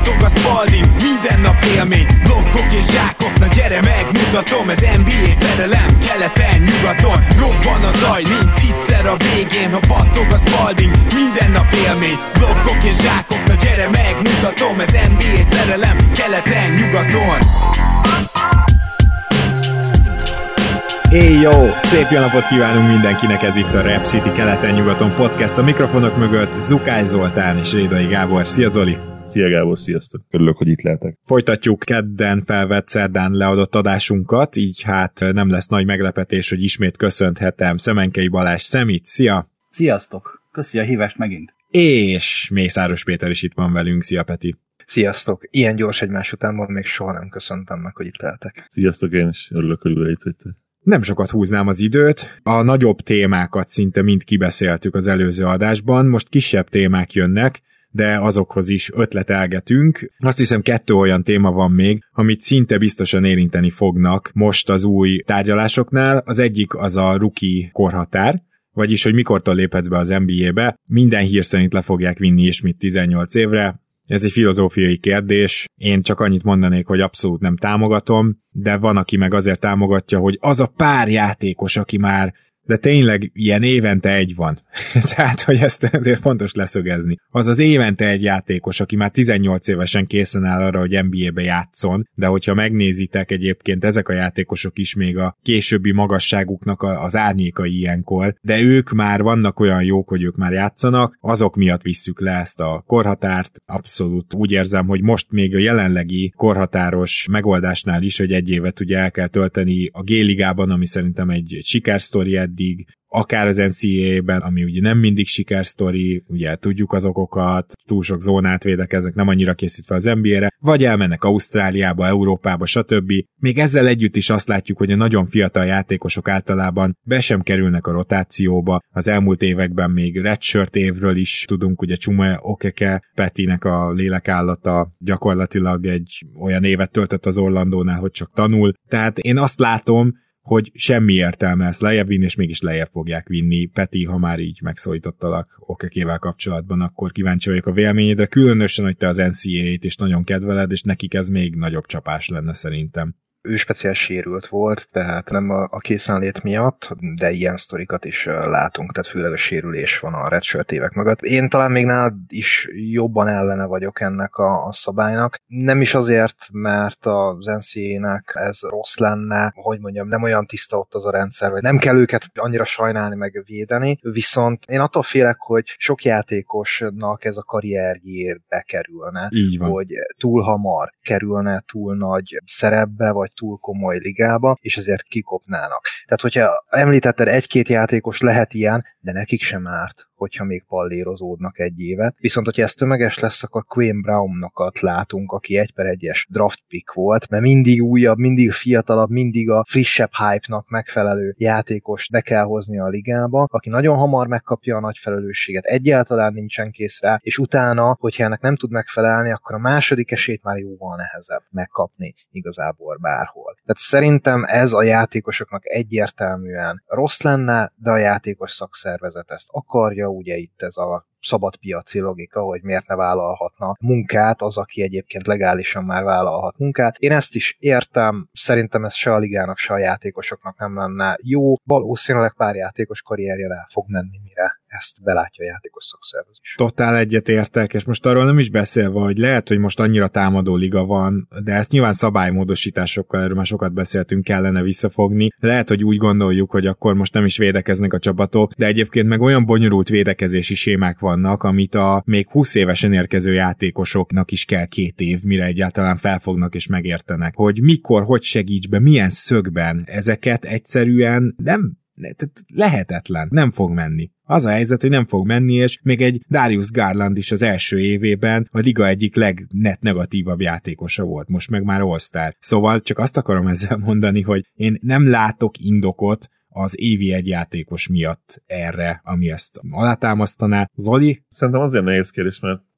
battog a Spalding, minden nap élmény, blokkok és zsákok, na gyere megmutatom, ez NBA szerelem, keleten, nyugaton, robban a zaj, nincs egyszer a végén, ha battog a Spalding, minden nap élmény, blokkok és zsákok, na gyere megmutatom, ez NBA szerelem, keleten, nyugaton. Jó, szép jó napot kívánunk mindenkinek, ez itt a Rap City keleten-nyugaton podcast, a mikrofonok mögött Zukály Zoltán és Rédai Gábor. Szia Zoli! Szia Gábor, sziasztok! Örülök, hogy itt lehetek. Folytatjuk kedden felvett, szerdán leadott adásunkat, így hát nem lesz nagy meglepetés, hogy ismét köszönhetem Szemenkei Balázs Szemit. Szia! Sziasztok! Köszi a hívást megint! És Mészáros Péter is itt van velünk. Szia Peti! Sziasztok! Ilyen gyors egymás után még soha nem köszöntem meg, hogy itt lehetek. Sziasztok, én is örülök, hogy újra itt vagytok. Nem sokat húznám az időt, a nagyobb témákat szinte mind kibeszéltük az előző adásban, most kisebb témák jönnek, de azokhoz is ötletelgetünk. Azt hiszem 2 olyan téma van még, amit szinte biztosan érinteni fognak most az új tárgyalásoknál. Az egyik az a rookie korhatár, vagyis hogy mikortól léphetsz be az NBA-be. Minden hír szerint le fogják vinni ismét 18 évre. Ez egy filozófiai kérdés, én csak annyit mondanék, hogy abszolút nem támogatom, de van, aki meg azért támogatja, hogy az a pár játékos, aki már, de tényleg ilyen évente egy van. Tehát, hogy ezt azért fontos leszögezni. Az évente egy játékos, aki már 18 évesen készen áll arra, hogy NBA-be játszon, de hogyha megnézitek egyébként, ezek a játékosok is még a későbbi magasságuknak az árnyékai ilyenkor, de ők már vannak olyan jók, hogy ők már játszanak, azok miatt visszük le ezt a korhatárt. Abszolút úgy érzem, hogy most még a jelenlegi korhatáros megoldásnál is, hogy 1 évet ugye el kell tölteni a G-ligában, ami szerintem egy sikersztori eddig, akár az NCAA-ben, ami ugye nem mindig sikersztori, ugye tudjuk az okokat, túl sok zónát védekeznek, nem annyira készítve az NBA-re, vagy elmennek Ausztráliába, Európába, stb. Még ezzel együtt is azt látjuk, hogy a nagyon fiatal játékosok általában be sem kerülnek a rotációba. Az elmúlt években még redshirt évről is tudunk, ugye Chuma Okeke, Petinek a lélekállata gyakorlatilag egy olyan évet töltött az Orlandónál, hogy csak tanul. Tehát én azt látom, hogy semmi értelme ezt lejjebb vinni, és mégis lejjebb fogják vinni. Peti, ha már így megszólítottalak Okekével kapcsolatban, akkor kíváncsi vagyok a véleményedre, különösen, hogy te az NCAA-t is nagyon kedveled, és nekik ez még nagyobb csapás lenne szerintem. Ő speciál sérült volt, tehát nem a készenlét miatt, de ilyen sztorikat is látunk, tehát főleg a sérülés van a redshirt évek mögött. Én talán még nálad is jobban ellene vagyok ennek a szabálynak. Nem is azért, mert az NCAA-nek ez rossz lenne, hogy mondjam, nem olyan tiszta ott az a rendszer, vagy nem kell őket annyira sajnálni, meg védeni, viszont én attól félek, hogy sok játékosnak ez a karrierjébe kerülne, hogy túl hamar kerülne túl nagy szerepbe, vagy túl komoly ligába, és ezért kikopnának. Tehát, hogyha említetted, 1-2 játékos lehet ilyen, de nekik sem árt, hogyha még pallérozódnak 1 évet. Viszont, hogyha ez tömeges lesz, akkor Quinn Brown-nokat látunk, aki 1/1-es draft pick volt, mert mindig újabb, mindig fiatalabb, mindig a frissebb hype-nak megfelelő játékos be kell hozni a ligába, aki nagyon hamar megkapja a nagy felelősséget, egyáltalán nincsen kész rá, és utána, hogyha ennek nem tud megfelelni, akkor a második esélyt már jóval nehezebb megkapni igazából bárhol. Tehát szerintem ez a játékosoknak egyértelműen rossz lenne, de a játékos szakszervezet ezt akarja, ugye itt ez a szabadpiaci logika, hogy miért ne vállalhatna munkát az, aki egyébként legálisan már vállalhat munkát. Én ezt is értem, szerintem ez se a ligának, se a játékosoknak nem lenne jó. Valószínűleg pár játékos karrierje rá fog menni, mire ezt belátja a játékos szakszervezés. Totál egyetértek, és most arról nem is beszélve, hogy lehet, hogy most annyira támadó liga van, de ezt nyilván szabálymódosításokkal, erről már sokat beszéltünk, kellene visszafogni. Lehet, hogy úgy gondoljuk, hogy akkor most nem is védekeznek a csapatok, de egyébként meg olyan bonyolult védekezési sémák vannak, amit a még 20 évesen érkező játékosoknak is kell 2 év, mire egyáltalán felfognak és megértenek, hogy mikor, hogy segíts be, milyen szögben, ezeket egyszerűen nem lehetetlen, nem fog menni. Az a helyzet, hogy nem fog menni, és még egy Darius Garland is az első évében a liga egyik negatívabb játékosa volt, most meg már All-Star. Szóval csak azt akarom ezzel mondani, hogy én nem látok indokot az évi egy játékos miatt erre, ami ezt alátámasztaná. Zoli? Szerintem azért nehéz kérdés, mert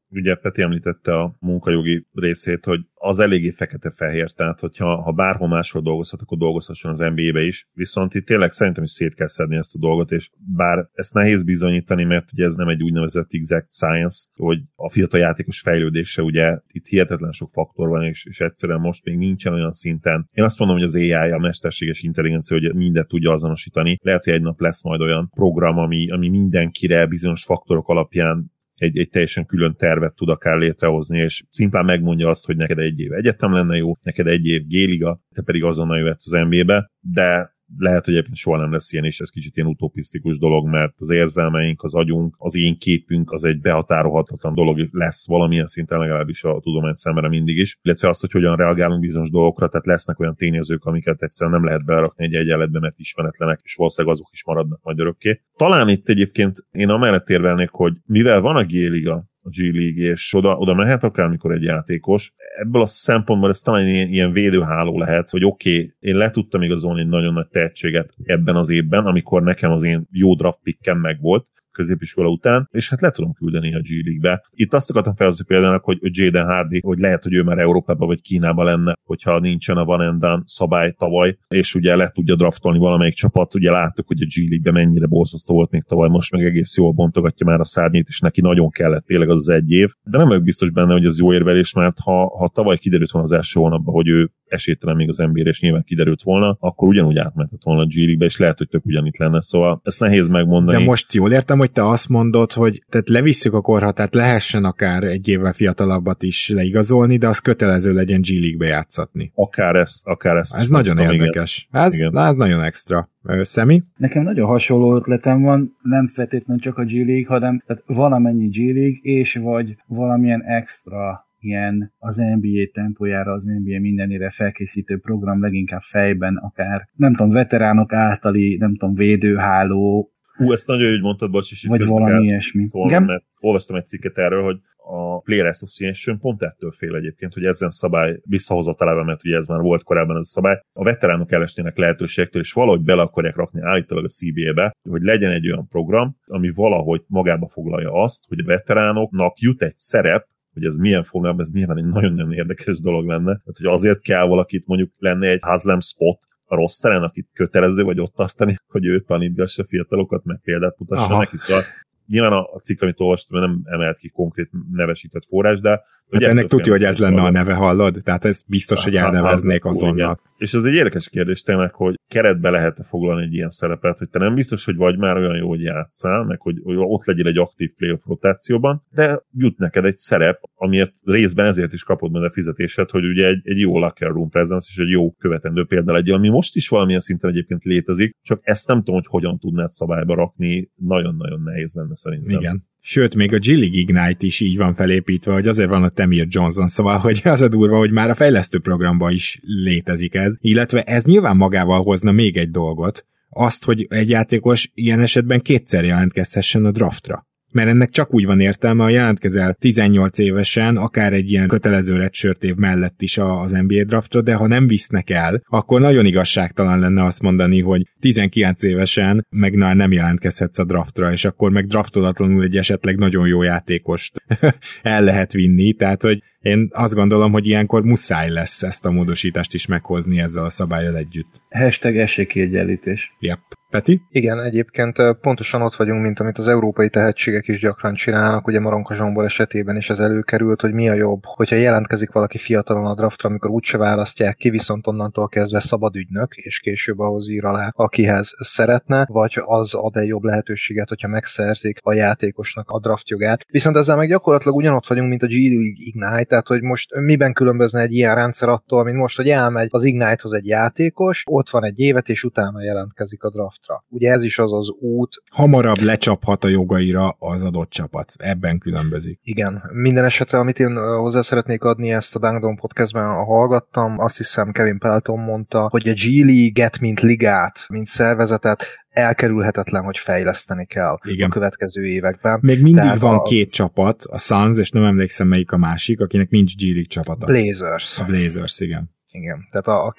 Ugye Peti említette a munkajogi részét, hogy az eléggé fekete-fehér, tehát hogyha bárhol máshol dolgozhat, akkor dolgozhasson az NBA-be is. Viszont itt tényleg szerintem is szét kell szedni ezt a dolgot, és bár ezt nehéz bizonyítani, mert ugye ez nem egy úgynevezett exact science, hogy a fiatal játékos fejlődése, ugye itt hihetetlen sok faktor van, és egyszerűen most még nincsen olyan szinten. Én azt mondom, hogy az AI, a mesterséges intelligencia, hogy mindent tudja azonosítani. Lehet, hogy egy nap lesz majd olyan program, ami mindenkire bizonyos faktorok alapján egy teljesen külön tervet tud akár létrehozni, és szimplán megmondja azt, hogy neked egy év egyetem lenne jó, neked egy év G-liga, te pedig azonnal jöhetsz az NBA-be, de lehet, hogy egyébként soha nem lesz ilyen, és ez kicsit ilyen utopisztikus dolog, mert az érzelmeink, az agyunk, az én képünk az egy behatárolhatatlan dolog lesz valamilyen szinten, legalábbis a tudomány számára mindig is, illetve azt, hogy hogyan reagálunk bizonyos dolgokra, tehát lesznek olyan tényezők, amiket egyszerűen nem lehet berakni egy egyenletbe, mert ismeretlenek, és valószínűleg azok is maradnak majd örökké. Talán itt egyébként én amellett érvelnék, hogy mivel van a G-liga, a G-League, és oda mehet akármikor egy játékos. Ebből a szempontból ez talán ilyen védőháló lehet, hogy oké, én le tudtam igazolni egy nagyon nagy tehetséget ebben az évben, amikor nekem az én jó draft pickem megvolt középiskola után, és hát le tudom küldeni a G-League-be. Itt azt akartam felhozni például, hogy Jaden Hardy, hogy lehet, hogy ő már Európában vagy Kínában lenne, hogyha nincsen a one and done szabály tavaly, és ugye le tudja draftolni valamelyik csapat. Ugye láttuk, hogy a G-League-ben mennyire borzasztó volt még tavaly, most meg egész jól bontogatja már a szárnyét, és neki nagyon kellett tényleg az egy év. De nem vagyok biztos benne, hogy ez jó érvelés, mert ha tavaly kiderült volna az első hónapban, hogy ő esélytelen még az NBA-re, és nyilván kiderült volna, akkor ugyanúgy átmentett volna a G-League-be, és lehet, hogy tök ugyanitt lenne. Szóval ezt nehéz megmondani. De most jól értem, hogy te azt mondod, hogy tehát levisszük a korhatárt, lehessen akár egy évvel fiatalabbat is leigazolni, de az kötelező legyen G-League-be játszatni. Akár ezt. Ez nagyon érdekes. Ez nagyon extra. Szemi? Nekem nagyon hasonló ötletem van, nem feltétlenül csak a G-League, hanem tehát valamennyi G-League, és vagy valamilyen extra ilyen az NBA tempójára, az NBA mindenére felkészítő program, leginkább fejben, akár nem tudom, veteránok általi, nem tudom, védőháló. Ezt nagyon úgy mondtad, bocs, vagy valami ilyesmi. Mert olvastam egy cikket erről, hogy a Player Association pont ettől fél egyébként, hogy ezen szabály visszahozatalában, mert ugye ez már volt korábban ez a szabály, a veteránok elesnének lehetőségektől, és valahogy bele akarják rakni állítólag a CBA-be, hogy legyen egy olyan program, ami valahogy magába foglalja azt, hogy a veteránoknak jut egy szerep, hogy ez milyen formában, ez nyilván egy nagyon-nagyon érdekes dolog lenne. Tehát, hogy azért kell valakit, mondjuk lenne egy Haslem spot a rosteren, akit kötelező vagy ott tartani, hogy ő tanítgassa fiatalokat, meg példát mutassa neki. Szóval nyilván a cikk, amit olvastam, nem emelt ki konkrét nevesített forrás, de... Hát ennek tudja, hogy ez lenne a neve, hallod? Tehát ez biztos, hogy elneveznék azonnal. És ez egy érdekes kérdés tényleg, hogy keretbe lehet-e foglalni egy ilyen szerepet, hogy te nem biztos, hogy vagy már olyan jó, hogy játsszál, meg hogy ott legyél egy aktív playoff rotációban, de jut neked egy szerep, amiért részben ezért is kapod meg a fizetésed, hogy ugye egy jó locker room presence és egy jó követendő példa legyen, ami most is valamilyen szinten egyébként létezik, csak ezt nem tudom, hogy hogyan tudnád szabályba rakni, nagyon-nagyon nehéz lenne szerintem. Igen. Sőt, még a G-League Ignite is így van felépítve, hogy azért van a Tamir Johnson, szóval hogy az a durva, hogy már a fejlesztő programban is létezik ez, illetve ez nyilván magával hozna még egy dolgot, azt, hogy egy játékos ilyen esetben kétszer jelentkezhessen a draftra. Mert ennek csak úgy van értelme, ha jelentkezel 18 évesen, akár egy ilyen kötelező redshirt év mellett is az NBA draftra, de ha nem visznek el, akkor nagyon igazságtalan lenne azt mondani, hogy 19 évesen meg nem jelentkezhetsz a draftra, és akkor meg draftodatlanul egy esetleg nagyon jó játékost el lehet vinni, tehát hogy én azt gondolom, hogy ilyenkor muszáj lesz ezt a módosítást is meghozni ezzel a szabállyal együtt. #esélykiegyenlítés. Yep. Peti? Igen, egyébként pontosan ott vagyunk, mint amit az európai tehetségek is gyakran csinálnak, ugye Maronka Zsombor esetében is ez előkerült, hogy mi a jobb, hogyha jelentkezik valaki fiatalon a draftra, amikor úgyse választják ki, viszont onnantól kezdve szabad ügynök, és később ahhoz ír alá, akihez szeretne, vagy az ad egy jobb lehetőséget, hogyha megszerzik a játékosnak a draftjogát. Viszont ezzel meg gyakorlatilag ugyanott vagyunk, mint a G-League Ignite, tehát hogy most miben különbözne egy ilyen rendszer attól, mint most, hogy elmegy az Ignite-hoz egy játékos, ott van egy évet, és utána jelentkezik a draftra. Ugye ez is az az út. Hamarabb lecsaphat a jogaira az adott csapat. Ebben különbözik. Igen. Minden esetre, amit én hozzá szeretnék adni, ezt a Dunk podcastben hallgattam, azt hiszem Kevin Pelton mondta, hogy a G-League-et, mint ligát, mint szervezetet elkerülhetetlen, hogy fejleszteni kell. Igen. A következő években. Még mindig tehát van két csapat, a Suns, és nem emlékszem melyik a másik, akinek nincs G-League csapata. Blazers. A Blazers, igen. Igen. Tehát a két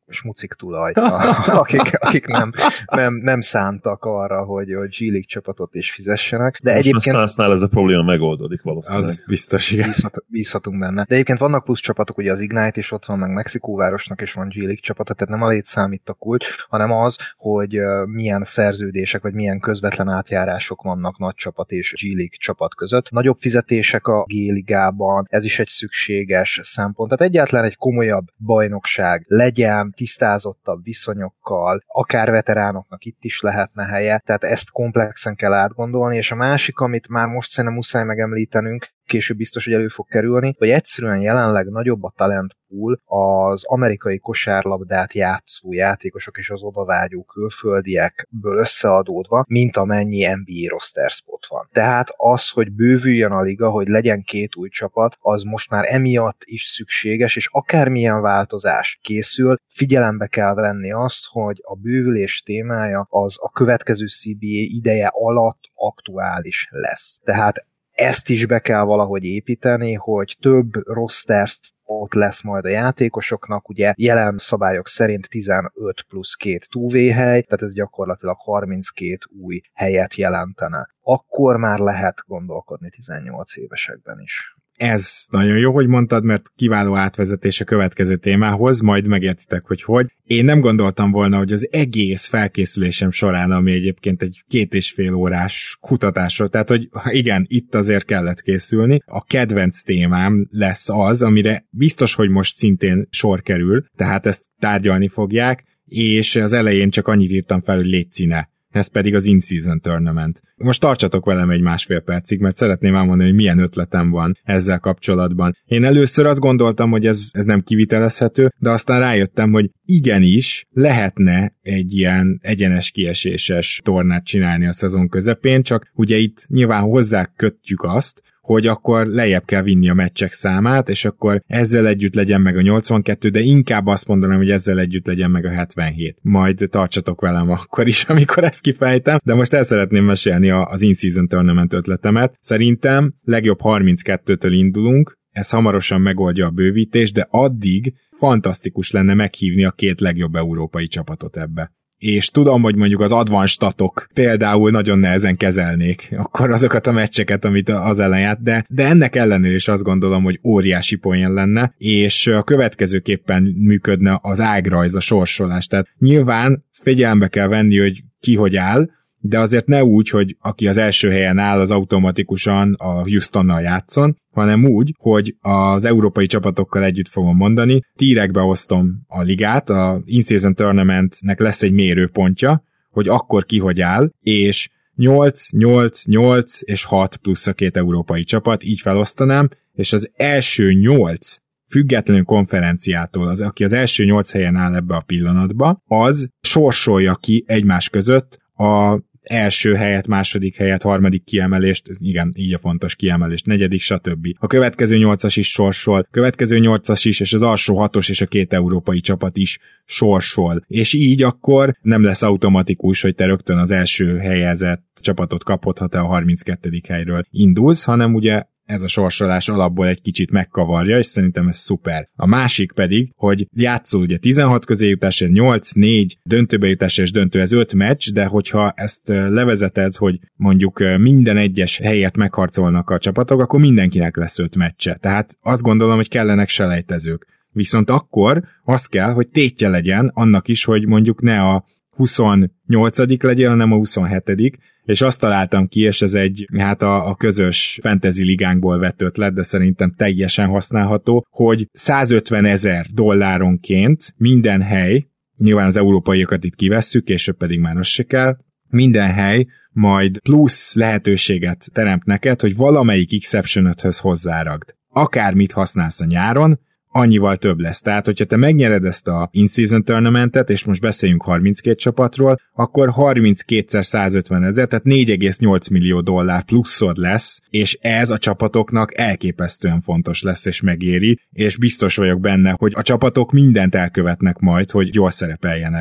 smucik tulaj, akik nem szántak arra, hogy G-League csapatot is fizessenek. De most egyébként... a Sunsnál ez a probléma megoldódik valószínűleg. Az biztos, igen. Bízhatunk benne. De egyébként vannak plusz csapatok, ugye az Ignite is ott van, meg Mexikóvárosnak is van G-League csapata, tehát nem a lét számít a kulcs, hanem az, hogy milyen szerződések, vagy milyen közvetlen átjárások vannak nagy csapat és G-League csapat között. Nagyobb fizetések a G-ligában, ez is egy szükséges szempont. Tehát egyáltalán egy komolyabb bajnokság legyen, tisztázottabb viszonyokkal, akár veteránoknak itt is lehetne helye, tehát ezt komplexen kell átgondolni, és a másik, amit már most szerintem muszáj megemlítenünk, később biztos, hogy elő fog kerülni, hogy egyszerűen jelenleg nagyobb a talent pool az amerikai kosárlabdát játszó játékosok és az odavágyó külföldiekből összeadódva, mint amennyi NBA roster spot van. Tehát az, hogy bővüljön a liga, hogy legyen 2 új csapat, az most már emiatt is szükséges, és akármilyen változás készül, figyelembe kell venni azt, hogy a bővülés témája az a következő CBA ideje alatt aktuális lesz. Tehát ezt is be kell valahogy építeni, hogy több roster ott lesz majd a játékosoknak, ugye jelen szabályok szerint 15 plusz 2 2V hely, tehát ez gyakorlatilag 32 új helyet jelentene. Akkor már lehet gondolkodni 18 évesekben is. Ez nagyon jó, hogy mondtad, mert kiváló átvezetés a következő témához, majd megértitek, hogy. Én nem gondoltam volna, hogy az egész felkészülésem során, ami egyébként egy 2,5 órás kutatásról, tehát hogy igen, itt azért kellett készülni. A kedvenc témám lesz az, amire biztos, hogy most szintén sor kerül, tehát ezt tárgyalni fogják, és az elején csak annyit írtam fel, hogy légy színe. Ez pedig az In-Season Tournament. Most tartsatok velem egy 1,5 percig, mert szeretném elmondani, hogy milyen ötletem van ezzel kapcsolatban. Én először azt gondoltam, hogy ez nem kivitelezhető, de aztán rájöttem, hogy igenis lehetne egy ilyen egyenes kieséses tornát csinálni a szezon közepén, csak ugye itt nyilván hozzá kötjük azt, hogy akkor lejjebb kell vinni a meccsek számát, és akkor ezzel együtt legyen meg a 82, de inkább azt mondanám, hogy ezzel együtt legyen meg a 77. Majd tartsatok velem akkor is, amikor ezt kifejtem, de most el szeretném mesélni az In-Season Tournament ötletemet. Szerintem legjobb 32-től indulunk, ez hamarosan megoldja a bővítést, de addig fantasztikus lenne meghívni a 2 legjobb európai csapatot ebbe. És tudom, hogy mondjuk az advanced statok például nagyon nehezen kezelnék akkor azokat a meccseket, amit az ellen járt, de ennek ellenére is azt gondolom, hogy óriási poén lenne, és a következőképpen működne az ágrajz, a sorsolás. Tehát nyilván figyelembe kell venni, hogy ki hogy áll, de azért ne úgy, hogy aki az első helyen áll, az automatikusan a Houstonnal játszon, hanem úgy, hogy az európai csapatokkal együtt fogom mondani, tírekbe osztom a ligát, a In-Season Tournamentnek lesz egy mérőpontja, hogy akkor ki hogy áll, és 8, 8, 8 és 6 plusz a 2 európai csapat, így felosztanám, és az első 8 függetlenül konferenciától, aki az első 8 helyen áll ebbe a pillanatba, az sorsolja ki egymás között a első helyet, második helyet, harmadik kiemelést, igen, így a fontos kiemelést, negyedik, stb. A következő 8-as is sorsol, következő 8-as is, és az alsó 6-os és a 2 európai csapat is sorsol. És így akkor nem lesz automatikus, hogy te rögtön az első helyezett csapatot kapod, ha te a 32. helyről indulsz, hanem ugye ez a sorsolás alapból egy kicsit megkavarja, és szerintem ez szuper. A másik pedig, hogy játszol ugye 16 közéjutásért 8, 4, döntőbe jutás és döntő, ez 5 meccs, de hogyha ezt levezeted, hogy mondjuk minden egyes helyet megharcolnak a csapatok, akkor mindenkinek lesz 5 meccse. Tehát azt gondolom, hogy kellenek selejtezők. Viszont akkor az kell, hogy tétje legyen annak is, hogy mondjuk ne a 28. legyen, hanem a 27. És azt találtam ki, és ez egy, hát a közös fantasy ligánkból vett ötlet, de szerintem teljesen használható, hogy $150,000 minden hely, nyilván az európaiakat itt kivesszük, később pedig már az se kell, minden hely majd plusz lehetőséget teremt neked, hogy valamelyik exception-öthöz hozzáragd. Akármit használsz a nyáron, annyival több lesz. Tehát, hogyha te megnyered ezt a In-Season Tournamentet, és most beszéljünk 32 csapatról, akkor 32x150,000, tehát $4,8 millió pluszod lesz, és ez a csapatoknak elképesztően fontos lesz, és megéri, és biztos vagyok benne, hogy a csapatok mindent elkövetnek majd, hogy jól szerepeljenek.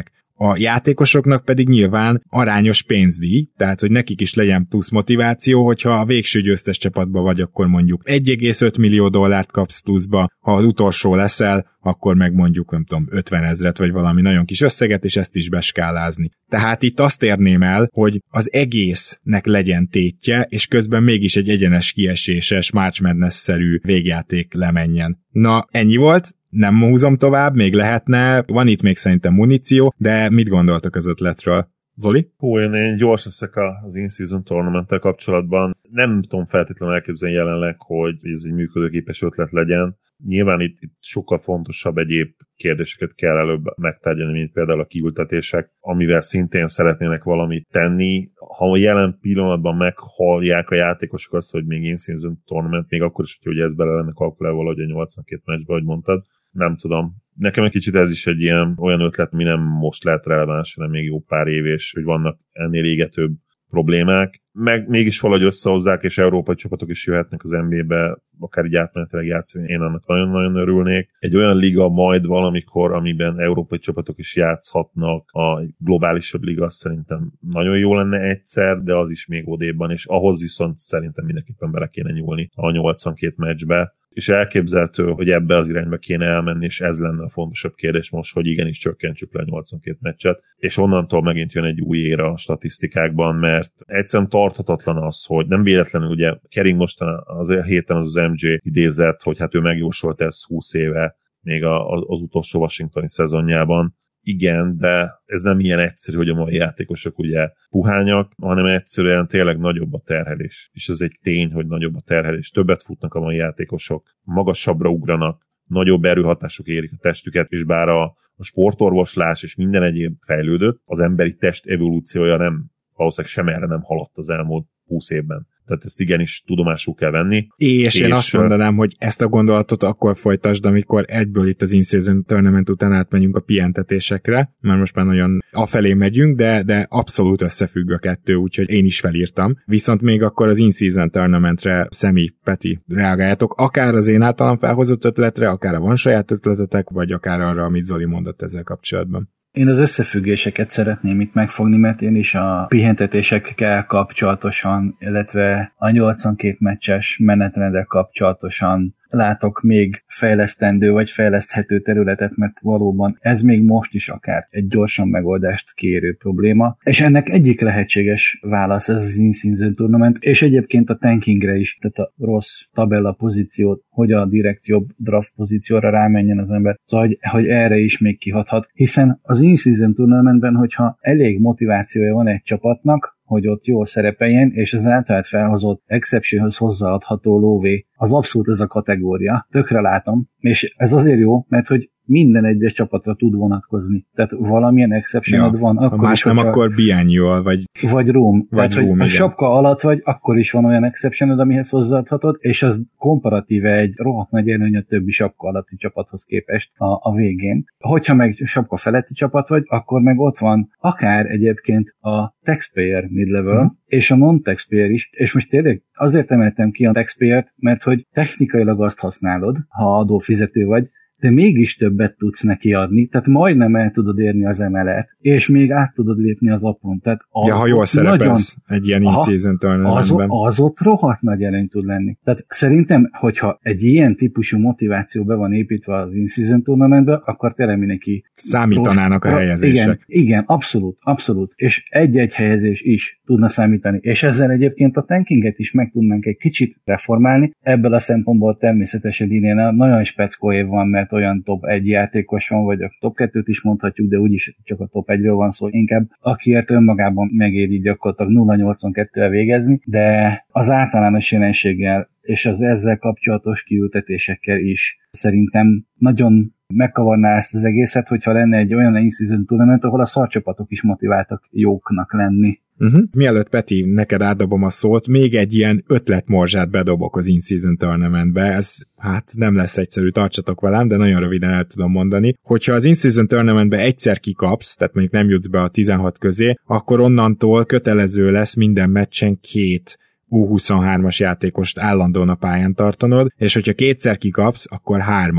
A játékosoknak pedig nyilván arányos pénzdíj, tehát hogy nekik is legyen plusz motiváció, hogyha a végső győztes csapatban vagy, akkor mondjuk 1,5 millió dollárt kapsz pluszba, ha az utolsó leszel, akkor meg mondjuk, nem tudom, 50 000 vagy valami nagyon kis összeget, és ezt is beskálázni. Tehát itt azt érném el, hogy az egésznek legyen tétje, és közben mégis egy egyenes kieséses, March Madness-szerű végjáték lemenjen. Na, ennyi volt, nem húzom tovább, még lehetne, van itt még szerintem muníció, de mit gondoltak az ötletről? Zoli? Én gyors leszek az In-Season Tournament-tel kapcsolatban. Nem tudom feltétlenül elképzelni jelenleg, hogy ez egy működőképes ötlet legyen. Nyilván itt sokkal fontosabb egyéb kérdéseket kell előbb megtárgyalni, mint például a kiültetések, amivel szintén szeretnének valamit tenni. Ha a jelen pillanatban meghallják a játékosok azt, hogy még In-Season Tournament, még akkor is, hogy ez bele lenne kalkulálva valahogy a 82 meccsbe, ahogy mondtad, nem tudom. Nekem egy kicsit ez is egy olyan ötlet, ami nem most lehet releváns, hanem még jó pár év, és hogy vannak ennél égetőbb problémák. Meg mégis valahogy összehozzák, és európai csapatok is jöhetnek az NBA-be, akár így átmenetileg játszani, én annak nagyon-nagyon örülnék. Egy olyan liga majd valamikor, amiben európai csapatok is játszhatnak, a globálisabb liga szerintem nagyon jó lenne egyszer, de az is még odébban, és ahhoz viszont szerintem mindenképpen bele kéne nyúlni a 82 meccsbe. És elképzelhető, hogy ebbe az irányba kéne elmenni, és ez lenne a fontosabb kérdés most, hogy igenis csökkentsük le a 82 meccset, és onnantól megint jön egy új éra a statisztikákban, mert egyszerűen tarthatatlan az, hogy nem véletlenül ugye Kering mostan az héten az MJ idézett, hogy hát ő megjósolt ezt 20 éve, még az utolsó washingtoni szezonjában. Igen, de ez nem ilyen egyszerű, hogy a mai játékosok ugye puhányak, hanem egyszerűen tényleg nagyobb a terhelés. És ez egy tény, hogy nagyobb a terhelés. Többet futnak a mai játékosok, magasabbra ugranak, nagyobb erőhatások érik a testüket, és bár a sportorvoslás és minden egyéb fejlődött, az emberi test evolúciója nem, valószínűleg sem erre nem haladt az elmúlt 20 évben. Tehát ezt igenis tudomásul kell venni. És én azt mondanám, hogy ezt a gondolatot akkor folytasd, amikor egyből itt az In-Season Tournament után átmegyünk a pihentetésekre, mert most már nagyon afelé megyünk, de abszolút összefügg a kettő, úgyhogy én is felírtam. Viszont még akkor az In-Season Tournamentre, Szemi, Peti, reagáljátok, akár az én általam felhozott ötletre, akár a van saját ötletetek, vagy akár arra, amit Zoli mondott ezzel kapcsolatban. Én az összefüggéseket szeretném itt megfogni, mert én is a pihentetésekkel kapcsolatosan, illetve a 82 meccses menetrendel kapcsolatosan látok még fejlesztendő vagy fejleszthető területet, mert valóban ez még most is akár egy gyorsan megoldást kérő probléma. És ennek egyik lehetséges válasz ez az In-Season Tournament, és egyébként a tankingre is, tehát a rossz tabella pozíciót, hogy a direkt jobb draft pozícióra rámenjen az ember, szóval, hogy erre is még kihathat, hiszen az In-Season Tournamentben, hogyha elég motivációja van egy csapatnak, hogy ott jól szerepeljen, és az általát felhozott exceptionhöz hozzáadható lóvé, az abszolút ez a kategória. Tökre látom, és ez azért jó, mert hogy minden egyes csapatra tud vonatkozni. Tehát valamilyen exceptionod van. Akkor ha más nem, akkor biannual, vagy room. Tehát, hogy a sapka alatt vagy, akkor is van olyan exceptionod, amihez hozzáadhatod, és az komparatíve egy rohadt nagy előny a többi sapka alatti csapathoz képest a végén. Hogyha meg sapka feletti csapat vagy, akkor meg ott van akár egyébként a taxpayer mid-level, és a non-taxpayer is, és most tényleg azért emeltem ki a taxpayer-t, mert hogy technikailag azt használod, ha adófizető vagy, de mégis többet tudsz neki adni, tehát majdnem el tudod érni az emelet, és még át tudod lépni az apron. Tehát az ha jól szerepelsz egy ilyen In-Season Tournamentben. Az ott rohadt nagy előny tud lenni. Tehát szerintem, hogyha egy ilyen típusú motiváció be van építve az In-Season Tournamentbe, akkor tényleg mindenki számítanának a helyezések. Igen, abszolút. És egy-egy helyezés is tudna számítani. És ezzel egyébként a tankinget is meg tudnánk egy kicsit reformálni. Ebből a szempontból természetesen idén nagyon speckó év van, mert olyan top 1 játékos van, vagy a top 2-t is mondhatjuk, de úgyis csak a top 1-ről van szó, inkább akiért önmagában megéri gyakorlatilag 0-82-vel végezni, de az általános jelenséggel és az ezzel kapcsolatos kiültetésekkel is szerintem nagyon megkavarná ezt az egészet, hogyha lenne egy olyan In-Season Tournament, ahol a szarcsapatok is motiváltak jóknak lenni. Mielőtt Peti, neked átdobom a szót, még egy ilyen ötletmorzsát bedobok az In-Season Tournamentbe, ez hát nem lesz egyszerű, tartsatok velem, de nagyon röviden el tudom mondani, hogyha az In-Season Tournamentbe egyszer kikapsz, tehát mondjuk nem jutsz be a 16 közé, akkor onnantól kötelező lesz minden meccsen 2 U23-as játékost állandóan a pályán tartanod, és hogyha 2-szer kikapsz, akkor 3-at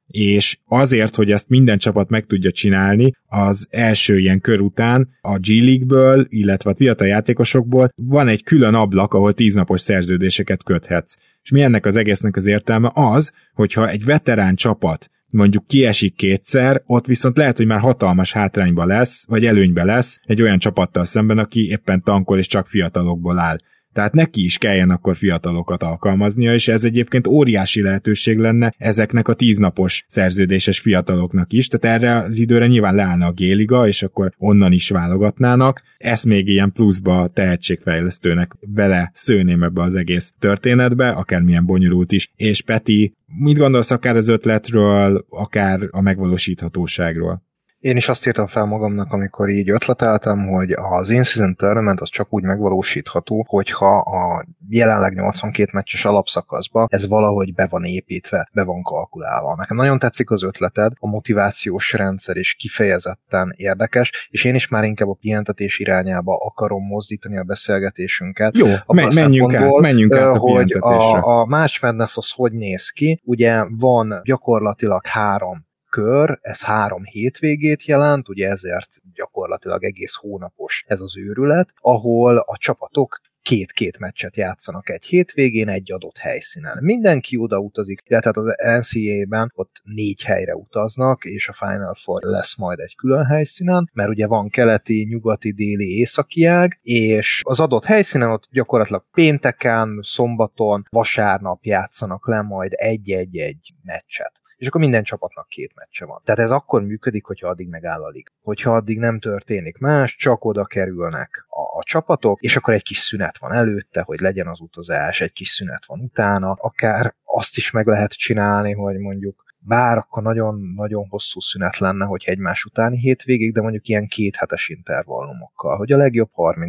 és azért, hogy ezt minden csapat meg tudja csinálni, az első ilyen kör után a G League-ből, illetve a fiatal játékosokból van egy külön ablak, ahol 10 napos szerződéseket köthetsz. És mi ennek az egésznek az értelme? Az, hogyha egy veterán csapat mondjuk kiesik kétszer, ott viszont lehet, hogy már hatalmas hátrányba lesz, vagy előnybe lesz egy olyan csapattal szemben, aki éppen tankol és csak fiatalokból áll. Tehát neki is kelljen akkor fiatalokat alkalmaznia, és ez egyébként óriási lehetőség lenne ezeknek a 10 napos szerződéses fiataloknak is, tehát erre az időre nyilván leállna a G-liga, és akkor onnan is válogatnának. Ezt még ilyen pluszba tehetségfejlesztőnek bele szőném ebbe az egész történetbe, akármilyen bonyolult is. És Peti, mit gondolsz akár az ötletről, akár a megvalósíthatóságról? Én is azt írtam fel magamnak, amikor így ötleteltem, hogy az in-season tournament az csak úgy megvalósítható, hogyha a jelenleg 82 meccses alapszakaszba ez valahogy be van építve, be van kalkulálva. Nekem nagyon tetszik az ötleted, a motivációs rendszer is kifejezetten érdekes, és én is már inkább a pihentetés irányába akarom mozdítani a beszélgetésünket. Jó, menjünk át a hogy pihentetésre. a March Madness az hogy néz ki? Ugye van gyakorlatilag 3 kör, ez 3 hétvégét jelent, ugye ezért gyakorlatilag egész hónapos ez az őrület, ahol a csapatok 2 meccset játszanak egy hétvégén egy adott helyszínen. Mindenki oda utazik, tehát az NCAA-ben ott 4 helyre utaznak, és a Final Four lesz majd egy külön helyszínen, mert ugye van keleti, nyugati, déli, északi ág, és az adott helyszínen ott gyakorlatilag pénteken, szombaton, vasárnap játszanak le majd egy-egy meccset. És akkor minden csapatnak 2 meccse van. Tehát ez akkor működik, hogyha addig megáll a liga. Hogyha addig nem történik más, csak oda kerülnek a csapatok, és akkor egy kis szünet van előtte, hogy legyen az utazás, egy kis szünet van utána, akár azt is meg lehet csinálni, hogy mondjuk bár akkor nagyon-nagyon hosszú szünet lenne, hogyha egymás utáni hétvégig, de mondjuk ilyen 2 hetes intervallumokkal, hogy a legjobb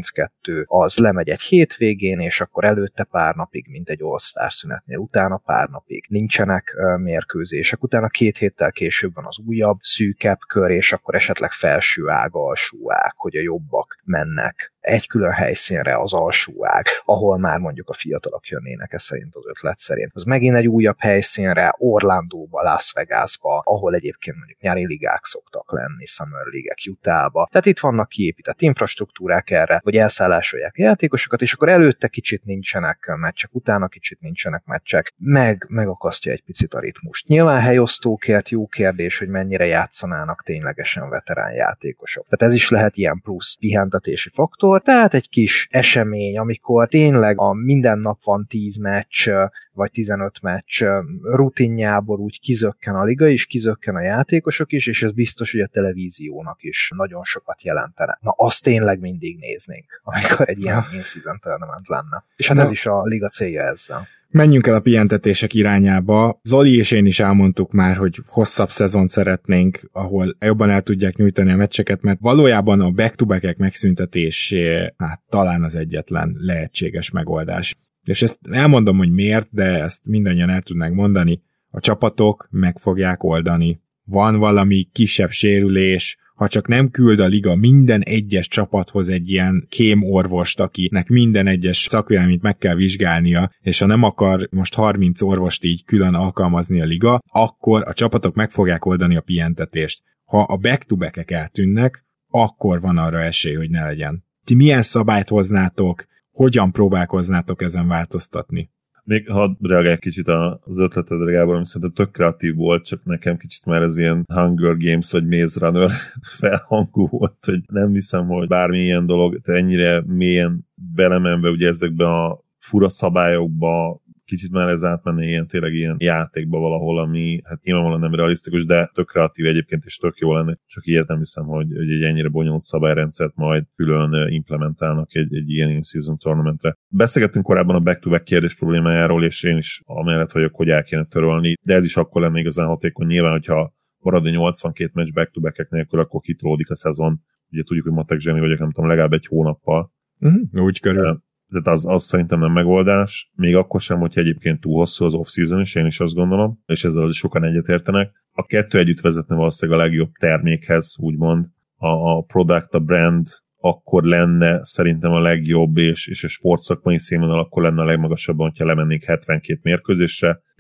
32 az lemegy egy hétvégén, és akkor előtte pár napig, mint egy All-Star szünetnél, utána pár napig nincsenek mérkőzések, utána 2 héttel később van az újabb, szűkebb kör, és akkor esetleg felső ág, alsó ág, hogy a jobbak mennek egy külön helyszínre, az alsó ág, ahol már mondjuk a fiatalok jönnének, ez szerint az ötlet szerint. Az megint egy újabb helyszínre, Orlandóba, Las Vegasba, ahol egyébként mondjuk nyári ligák szoktak lenni, Summer League-ek, Utahba. Tehát itt vannak kiépített infrastruktúrák erre, hogy elszállásolják a játékosokat, és akkor előtte kicsit nincsenek meccsek, utána kicsit nincsenek meccsek, megakasztja egy picit a ritmust. Nyilván helyosztókért jó kérdés, hogy mennyire játszanának ténylegesen veterán játékosok. Tehát ez is lehet ilyen plusz pihentetési faktor, tehát egy kis esemény, amikor tényleg a minden nap van 10 meccs, vagy 15 meccs rutinjából úgy kizökken a liga is, kizökken a játékosok is, és ez biztos, hogy a televíziónak is nagyon sokat jelentene. Na, azt tényleg mindig néznénk, amikor egy ilyen in-season tournament lenne. És hát ez is a liga célja ezzel. Menjünk el a pihentetések irányába. Zoli és én is elmondtuk már, hogy hosszabb szezont szeretnénk, ahol jobban el tudják nyújtani a meccseket, mert valójában a back-to-back-ek megszüntetésé talán az egyetlen lehetséges megoldás. És ezt elmondom, hogy miért, de ezt mindannyian el tudnánk mondani. A csapatok meg fogják oldani. Van valami kisebb sérülés, ha csak nem küld a liga minden egyes csapathoz egy ilyen kémorvost, akinek minden egyes szakvéleményt meg kell vizsgálnia, és ha nem akar most 30 orvost így külön alkalmazni a liga, akkor a csapatok meg fogják oldani a pihentetést. Ha a back-to-back-ek eltűnnek, akkor van arra esély, hogy ne legyen. Ti milyen szabályt hoznátok, hogyan próbálkoznátok ezen változtatni? Még hadd reagálj kicsit az ötletedre, Gábor, ami szerintem tök kreatív volt, csak nekem kicsit már ez ilyen Hunger Games vagy Maze Runner felhangú volt, hogy nem hiszem, hogy bármilyen dolog, te ennyire mélyen belemenve ugye ezekbe a fura szabályokba, kicsit már ez átmenne ilyen, tényleg ilyen játékba valahol, ami hát nyilvánvalóan nem realisztikus, de tök kreatív egyébként, és tök jó lenne. Csak ilyet nem hiszem, hogy egy ennyire bonyolult szabályrendszert majd külön implementálnak egy ilyen in-season tournamentre. Beszélgettünk korábban a back-to-back kérdés problémájáról, és én is amellett vagyok, hogy el kéne törölni, de ez is akkor lenne igazán hatékony. Nyilván, hogyha marad 82 meccs back-to-back-ek nélkül, akkor kitolódik a szezon. Ugye tudjuk, hogy matek zseni vagyok, nem tudom, legalább egy hónappal. Úgy körül. Tehát az szerintem nem megoldás, még akkor sem, hogyha egyébként túl hosszú az off-season is, én is azt gondolom, és ezzel az sokan egyetértenek. A kettő együtt vezetne valószínűleg a legjobb termékhez, úgymond. A product, a brand akkor lenne szerintem a legjobb, és a sportszakmai színvonal akkor lenne a legmagasabban, hogyha lemennénk 72 mérkőzésre.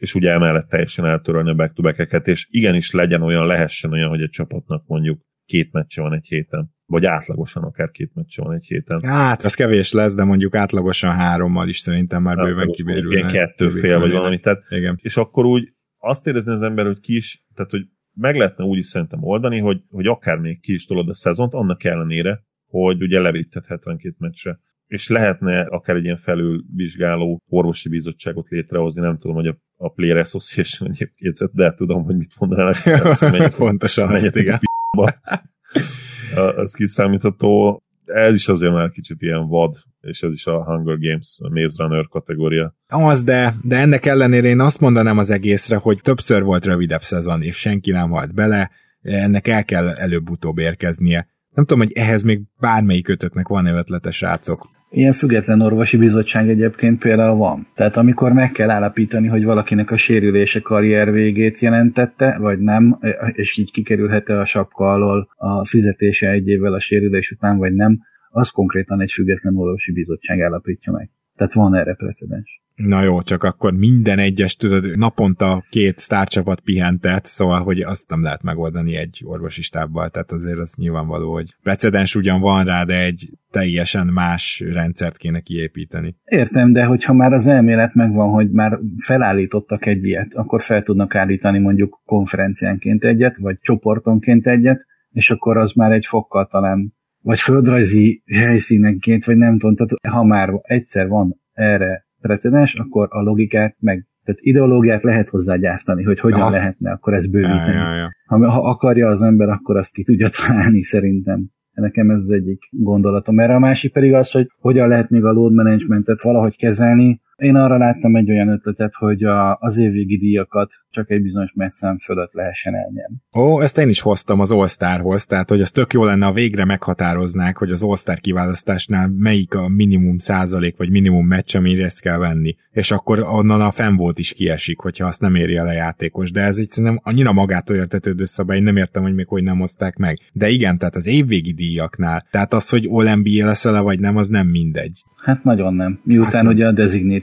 és ugye emellett teljesen eltörölni a back-to-back-eket, és igenis lehessen olyan, hogy egy csapatnak mondjuk 2 meccse van egy héten, vagy átlagosan akár 2 meccse van egy héten. Hát, ez kevés lesz, de mondjuk átlagosan 3-mal is szerintem már bőven kibérülne. Igen, 2 fél, vagy valami. Tehát, és akkor úgy azt érezni az ember, hogy ki is, tehát hogy meg lehetne úgy is szerintem oldani, hogy akár még ki is tolod a szezont, annak ellenére, hogy ugye levitted 72 meccsre. És lehetne akár egy ilyen felülvizsgáló orvosi bizottságot létrehozni, nem tudom, hogy a Player Association egyébként, de tudom, hogy mit mondanának. Pontosan azt, igen. Ez kiszámítható. Ez is azért már kicsit ilyen vad, és ez is a Hunger Games Maze Runner kategória. Az, de ennek ellenére én azt mondanám az egészre, hogy többször volt rövidebb szezon, és senki nem halt bele, ennek el kell előbb-utóbb érkeznie. Nem tudom, hogy ehhez még bármelyik ötöknek van ötletes srácok. Ilyen független orvosi bizottság egyébként például van. Tehát amikor meg kell állapítani, hogy valakinek a sérülése karrier végét jelentette, vagy nem, és így kikerülhet-e a sapka alól a fizetése egy évvel a sérülés után, vagy nem, az konkrétan egy független orvosi bizottság állapítja meg. Tehát van erre precedens. Na jó, csak akkor minden egyes, tudod, naponta 2 sztárcsapat pihentet, szóval, hogy azt nem lehet megoldani egy orvosi stábbal, tehát azért az nyilvánvaló, hogy precedens ugyan van rá, de egy teljesen más rendszert kéne kiépíteni. Értem, de hogyha már az elmélet megvan, hogy már felállítottak egy ilyet, akkor fel tudnak állítani mondjuk konferenciánként egyet, vagy csoportonként egyet, és akkor az már egy fokkal talán, vagy földrajzi helyszínenként, vagy nem tudom, tehát ha már egyszer van erre precedens, akkor a logikát tehát ideológiát lehet hozzá gyártani, hogy hogyan lehetne akkor ezt bővíteni. Ha akarja az ember, akkor azt ki tudja találni szerintem. Nekem ez az egyik gondolatom. Erre a másik pedig az, hogy hogyan lehet még a load managementet valahogy kezelni. Én arra láttam egy olyan ötletet, hogy az évvégi díjakat csak egy bizonyos meccszám fölött lehessen elnyerni. Ezt én is hoztam az All-Starhoz, tehát hogy az tök jó lenne, ha végre meghatároznák, hogy az All-Star kiválasztásnál melyik a minimum százalék, vagy minimum meccs, amire ezt kell venni. És akkor onnan a fennvolt is kiesik, hogyha azt nem éri el a játékos. De ez így szerintem annyira magától értetődő szabály, nem értem, hogy még hogy nem hozták meg. De igen, tehát az évvégi díjaknál. Tehát az, hogy All-NBA leszel, vagy nem, az nem mindegy. Hát nagyon nem. Miután ugye a designated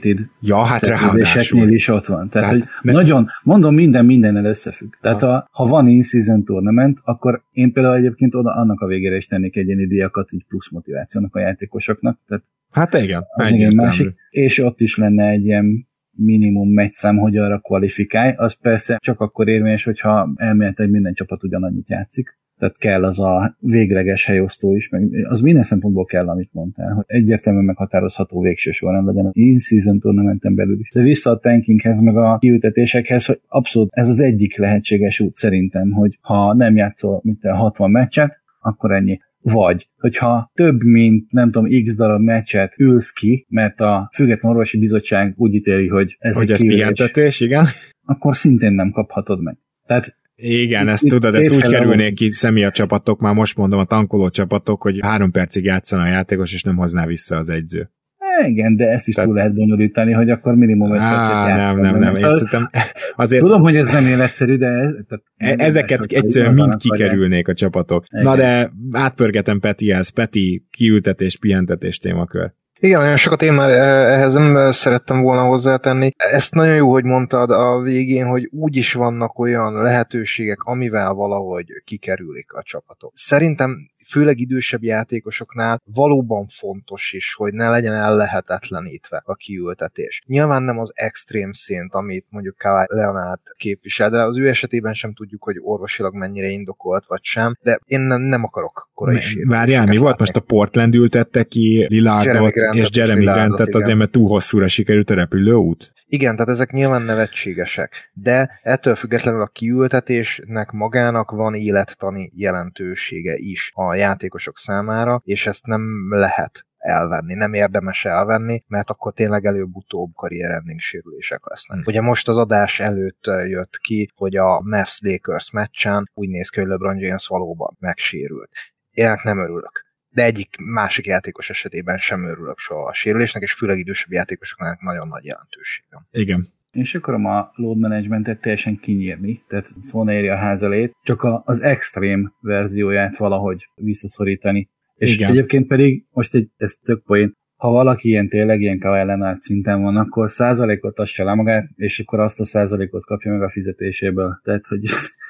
ráadásul is ott van. Tehát hogy nagyon, mondom, mindennel összefügg. Tehát ha van in-season tournament, akkor én például egyébként oda annak a végére is tennék egyéni díjakat, így plusz motivációnak a játékosoknak. Tehát hát igen, másik. És ott is lenne egy ilyen minimum meccszám, hogy arra kvalifikálj. Az persze csak akkor érvényes, hogyha elméletileg minden csapat ugyanannyit játszik. Tehát kell az a végleges helyosztó is, meg az minden szempontból kell, amit mondtál, hogy egyértelműen meghatározható végső soron legyen az in-season tournamenten belül is. De vissza a tankinghez, meg a kiültetésekhez, hogy abszolút ez az egyik lehetséges út szerintem, hogy ha nem játszol 60 meccset, akkor ennyi. Vagy, hogyha több mint, nem tudom, x darab meccset ülsz ki, mert a Független Orvosi Bizottság úgy ítéli, hogy ez pihentetés, igen, akkor szintén nem kaphatod meg. Tehát igen, ezt tudod, ezt úgy kerülnék ki személy a csapatok, már most mondom a tankoló csapatok, hogy 3 percig játszana a játékos, és nem hozná vissza az egyző. Igen, de ezt is túl lehet bonyolítani, hogy akkor minimum 5 percet játszani. Nem. Azért... Tudom, hogy ez nem életszerű, de ezeket egyszerűen mind kikerülnék a csapatok. Igen. Na de átpörgetem Petihez. Peti, kiültetés, pihentetés témakör. Igen, nagyon sokat én már ehhez nem szerettem volna hozzátenni. Ezt nagyon jó, hogy mondtad a végén, hogy úgy is vannak olyan lehetőségek, amivel valahogy kikerülik a csapatok. Szerintem főleg idősebb játékosoknál valóban fontos is, hogy ne legyen ellehetetlenítve a kiültetés. Nyilván nem az extrém szint, amit mondjuk Kawhi Leonard képvisel, de az ő esetében sem tudjuk, hogy orvosilag mennyire indokolt vagy sem, de én nem akarok korai sérüléseket. Várjál, mi volt? Most a Portland ültette ki Lillardot és Jeremy Grantet azért, mert túl hosszúra sikerült a repülőút? Igen, tehát ezek nyilván nevetségesek, de ettől függetlenül a kiültetésnek magának van élettani jelentősége is a játékosok számára, és ezt nem lehet elvenni, nem érdemes elvenni, mert akkor tényleg előbb-utóbb karrierending sérülések lesznek. Ugye most az adás előtt jött ki, hogy a Mavs-Lakers meccsen úgy néz ki, hogy LeBron James valóban megsérült. Én nem örülök. De egyik másik játékos esetében sem örülök soha a sérülésnek, és főleg idősebb játékosoknak nagyon nagy jelentősége. Igen. Én is akarom a load managementet teljesen kinyírni, tehát szó ne éri a ház elét, csak az extrém verzióját valahogy visszaszorítani. És igen. Egyébként pedig, most ez tök poén, ha valaki tényleg ilyen Kawhi Leonard szinten van, akkor százalékot adja le magát, és akkor azt a százalékot kapja meg a fizetéséből. Tehát, hogy...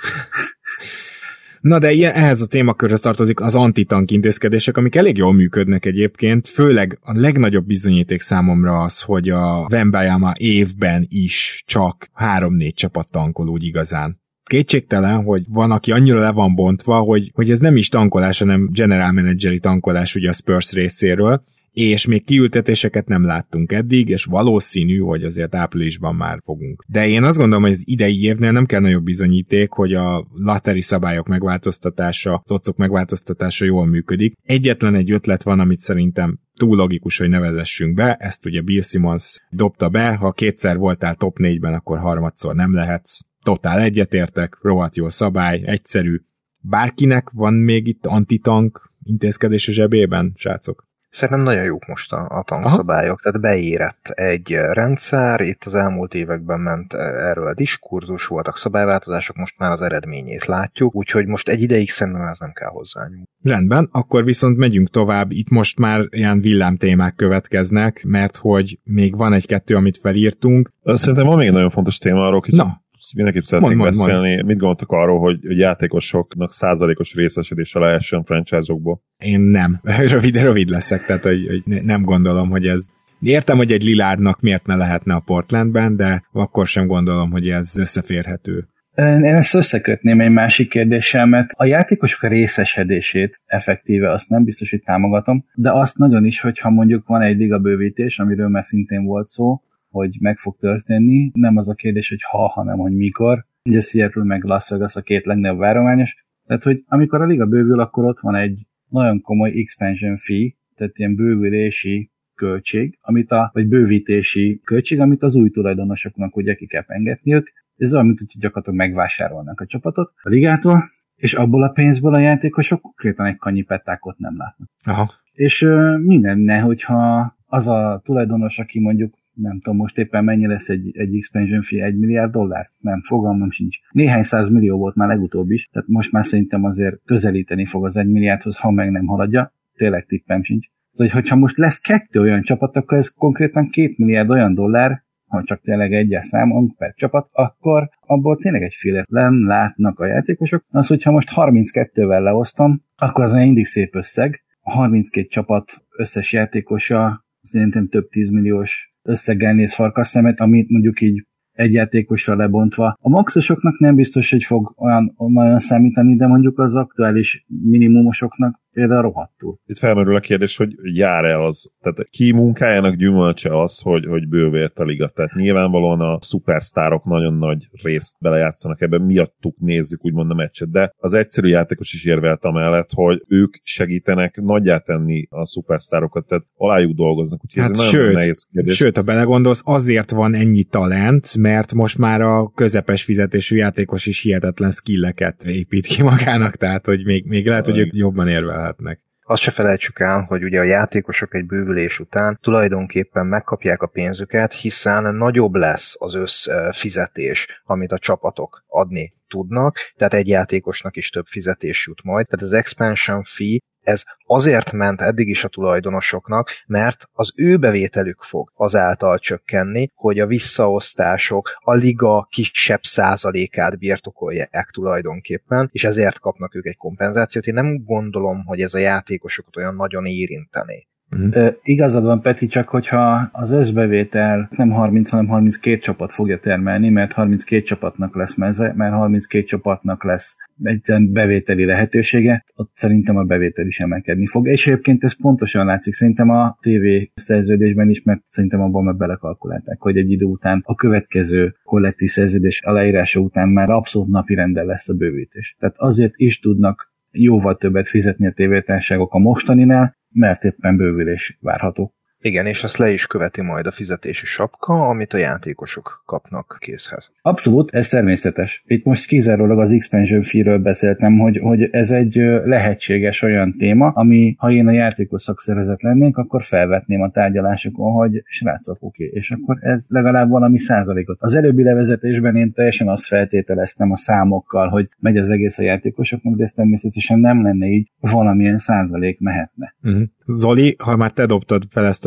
Na de ehhez a témakörhez tartozik az antitank intézkedések, amik elég jól működnek egyébként, főleg a legnagyobb bizonyíték számomra az, hogy a Wembanyama évben is csak 3-4 csapat tankol úgy igazán. Kétségtelen, hogy van, aki annyira le van bontva, hogy ez nem is tankolás, hanem general manageri tankolás ugye a Spurs részéről, és még kiültetéseket nem láttunk eddig, és valószínű, hogy azért áprilisban már fogunk. De én azt gondolom, hogy az idei évnél nem kell nagyobb bizonyíték, hogy a lottery szabályok megváltoztatása, az otcok megváltoztatása jól működik. Egyetlen egy ötlet van, amit szerintem túl logikus, hogy nevezessünk be, ezt ugye Bill Simmons dobta be, ha 2-szer voltál top 4-ben, akkor harmadszor nem lehetsz. Totál egyetértek, rohadt jó szabály, egyszerű. Bárkinek van még itt antitank intézkedés a zsebében, srácok? Szerintem nagyon jók most a tankszabályok, tehát beérett egy rendszer, itt az elmúlt években ment erről a diskurzus, voltak szabályváltozások, most már az eredményét látjuk, úgyhogy most egy ideig szerintem ez nem kell hozzányúlni. Rendben, akkor viszont megyünk tovább, itt most már ilyen villámtémák következnek, mert hogy még van egy-kettő, amit felírtunk. Szerintem van még egy nagyon fontos téma, arról kicsit mindenképp szeretnénk beszélni. Mit gondoltok arról, hogy játékosoknak százalékos részesedése lehessen franchise-okból? Én nem. Rövid leszek, tehát hogy nem gondolom, hogy ez... Értem, hogy egy Lillardnak miért ne lehetne a Portlandben, de akkor sem gondolom, hogy ez összeférhető. Én ezt összekötném egy másik kérdéssel, mert a játékosok részesedését effektíve azt nem biztos, hogy támogatom, de azt nagyon is, hogyha mondjuk van egy ligabővítés, amiről már szintén volt szó, hogy meg fog történni. Nem az a kérdés, hogy ha, hanem hogy mikor. Ugye Seattle meg Las Vegas a két legnagyobb várományos. Tehát, hogy amikor a liga bővül, akkor ott van egy nagyon komoly expansion fee, tehát ilyen bővülési költség, vagy bővítési költség, amit az új tulajdonosoknak ugye ki kell engedniük. Ez olyan, mint hogy gyakorlatilag megvásárolnak a csapatot a ligától, és abból a pénzből a játékosok konkrétan egy kanyipettákot nem látnak. Aha. És mindenne, hogyha az a tulajdonos, aki mondjuk nem tudom, most éppen mennyi lesz egy expansion fee, $1 milliárd? Nem, fogalmam sincs. Néhány 100 millió volt már legutóbb is, tehát most már szerintem azért közelíteni fog az 1 milliárdhoz, ha meg nem haladja. Tényleg tippem sincs. Szóval, hogyha most lesz 2 olyan csapat, akkor ez konkrétan $2 milliárd olyan dollár, ha csak tényleg egyes számon per csapat, akkor abból tényleg egy félet látnak a játékosok. Az, hogyha most 32-vel leosztom, akkor az mindig szép összeg. A 32 csapat összes játékosa szerintem több 10 milliós összeggel néz farkasszemet, amit mondjuk így egy játékosra lebontva. A maxosoknak nem biztos, hogy fog olyan nagyon számítani, de mondjuk az aktuális minimumosoknak például rohadtul. Itt felmerül a kérdés, hogy jár-e az, tehát ki munkájának gyümölcse az, hogy bővült a liga. Tehát nyilvánvalóan a szupersztárok nagyon nagy részt belejátszanak ebben, miattuk nézzük úgymond a meccset, de az egyszerű játékos is érvelt amellett, hogy ők segítenek nagyjá tenni a szupersztárokat, tehát alájuk dolgoznak. Úgyhogy ez nagyon nehéz kérdés. Sőt, ha belegondolsz, azért van ennyi talent, mert most már a közepes fizetésű játékos is hihetetlen skilleket épít ki magának, tehát hogy még lehet, hogy ők jobban érvelhetnek. Azt se felejtsük el, hogy ugye a játékosok egy bővülés után tulajdonképpen megkapják a pénzüket, hiszen nagyobb lesz az összfizetés, amit a csapatok adni tudnak, tehát egy játékosnak is több fizetés jut majd. Tehát az expansion fee, ez azért ment eddig is a tulajdonosoknak, mert az ő bevételük fog azáltal csökkenni, hogy a visszaosztások a liga kisebb százalékát birtokolják tulajdonképpen, és ezért kapnak ők egy kompenzációt. Én nem gondolom, hogy ez a játékosokat olyan nagyon érinteni. Igazad van, Peti, csak hogyha az összbevétel nem 30, hanem 32 csapat fogja termelni, mert 32 csapatnak lesz meze, mert 32 csapatnak lesz egyszerűen bevételi lehetősége, ott szerintem a bevétel is emelkedni fog. És egyébként ez pontosan látszik, szerintem a TV szerződésben is, mert szerintem abban már belekalkulálták, hogy egy idő után a következő kollektív szerződés aláírása után már abszolút napirenden lesz a bővítés. Tehát azért is tudnak jóval többet fizetni a tévétársaságok a mostaninál, mert éppen bővülés várható. Igen, és azt le is követi majd a fizetési sapka, amit a játékosok kapnak készhez. Abszolút, ez természetes. Itt most kizárólag az expansion fee-ről beszéltem, hogy ez egy lehetséges olyan téma, ami, ha én a játékos szakszervezet lennék, akkor felvetném a tárgyalásokon, hogy srácok, oké, és akkor ez legalább valami százalékot. Az előbbi levezetésben én teljesen azt feltételeztem a számokkal, hogy megy az egész a játékosoknak, de ez természetesen nem lenne így, valamilyen százalék mehetne. Zoli, ha már te dobtad fel ezt a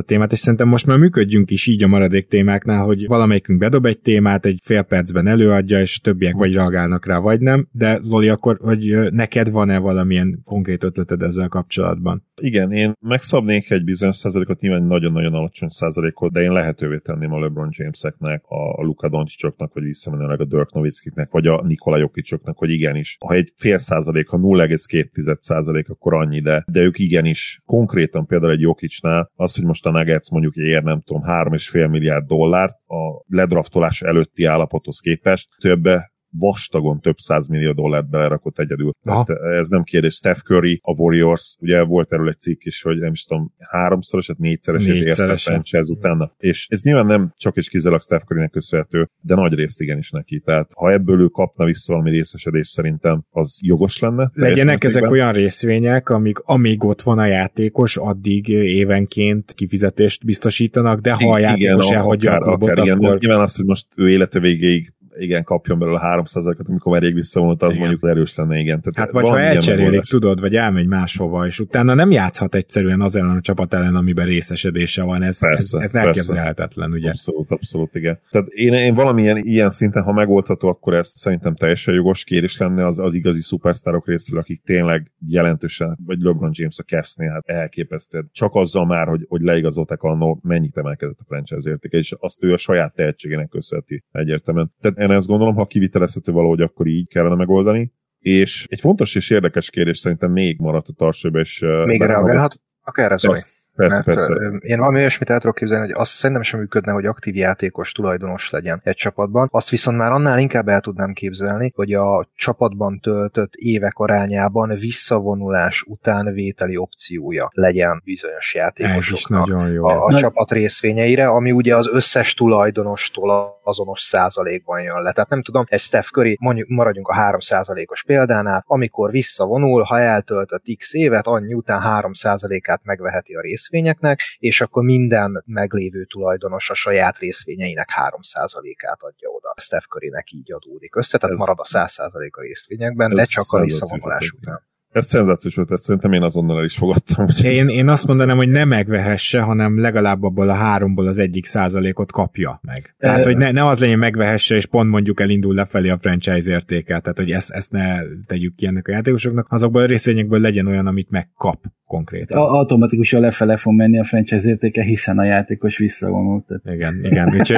témát, és szerintem most már működjünk is így a maradék témáknál, hogy valamelyikünk bedob egy témát, egy fél percben előadja, és a többiek vagy reagálnak rá, vagy nem, de Zoli, akkor, hogy neked van-e valamilyen konkrét ötleted ezzel kapcsolatban? Igen, én megszabnék egy bizonyos százalékot, nyilván nagyon-nagyon alacsony százalékot, de én lehetővé tenném a LeBron Jameseknek, a Luka Doncicoknak, vagy visszamenőleg a Dirk Nowitzkiknek, vagy a Nikola Jokicoknak, hogy igenis, ha egy fél százalék, ha 0,2 százalék, akkor annyi, de ők igenis, konkrétan például egy Jokicnál, az, hogy most a Nuggets mondjuk ér, nem tudom, $3,5 milliárd a ledraftolás előtti állapothoz képest, többe vastagon több $100 millió belerakott egyedül. Tehát ez nem kérdés. Steph Curry, a Warriors, ugye volt erről egy cikk is, hogy nem is tudom, 3-szoros, 4-szeresét érte a franchise utána. És ez nyilván nem csak és kizárólag Steph Currynek köszönhető, de nagy részt igenis neki. Tehát ha ebből ő kapna vissza valami részesedést, szerintem az jogos lenne. Legyenek ezek olyan részvények, amíg ott van a játékos, addig évenként kifizetést biztosítanak, de ha a játékos elhagyja a klubot, akkor... Nyilván azt, hogy most ő élete végéig igen, kapjon belőle 3%-ot, amikor már rég visszavonult, az igen. Mondjuk erős lenne, igen. Tehát hát vagy ha elcserélik, tudod, vagy elmegy máshova, és utána nem játszhat egyszerűen az ellen a csapat ellen, amiben részesedése van, ez elképzelhetetlen, ugye? Abszolút, igen. Tehát én valamilyen ilyen szinten, ha megoldható, akkor ez szerintem teljesen jogos kérés lenne az igazi szupersztárok részéről, akik tényleg jelentősen, vagy LeBron James a Cavs-nél, hát elképesztő. Csak azzal már, hogy leigazolták annól, mennyit emelkedett a franchise értéke, és azt ő a saját tehetségének köszönheti egyértelműen. Tehát én ezt gondolom, ha kivitelezhető valahogy, akkor így kellene megoldani. És egy fontos és érdekes kérdés szerintem még maradt a tarsőbe, és... Még reagálhat? Akár Zoli. Persze. Én valami olyasmit el tudok képzelni, hogy azt szerintem sem működne, hogy aktív játékos tulajdonos legyen egy csapatban. Azt viszont már annál inkább el tudnám képzelni, hogy a csapatban töltött évek arányában visszavonulás után vételi opciója legyen bizonyos játékosoknak a csapat részvényeire, ami ugye az összes tulajdonostól azonos százalékban jön le. Tehát nem tudom, egy Steph Curry, mondjuk maradjunk a 3%-os példánál, amikor visszavonul, ha eltöltött x évet, annyi után 3%-át megveheti a részvényeknek, és akkor minden meglévő tulajdonos a saját részvényeinek 3%-át adja oda. Steph Currynek így adódik össze, tehát marad a 100% a részvényekben, de csak a visszavonulás után. Ez szenzációs volt, szerintem én azonnal el is fogadtam. Én azt mondanám, hogy ne megvehesse, hanem legalább abból a 3-ból az 1% kapja meg. Tehát, hogy ne az legyen megvehesse, és pont mondjuk elindul lefelé a franchise értéke. Tehát, hogy ezt ne tegyük ki ennek a játékosoknak. Azokból a részvényekből legyen olyan, amit megkap konkrétan. Automatikusan lefele fog menni a franchise értéke, hiszen a játékos visszavonult. Igen. Úgyhogy,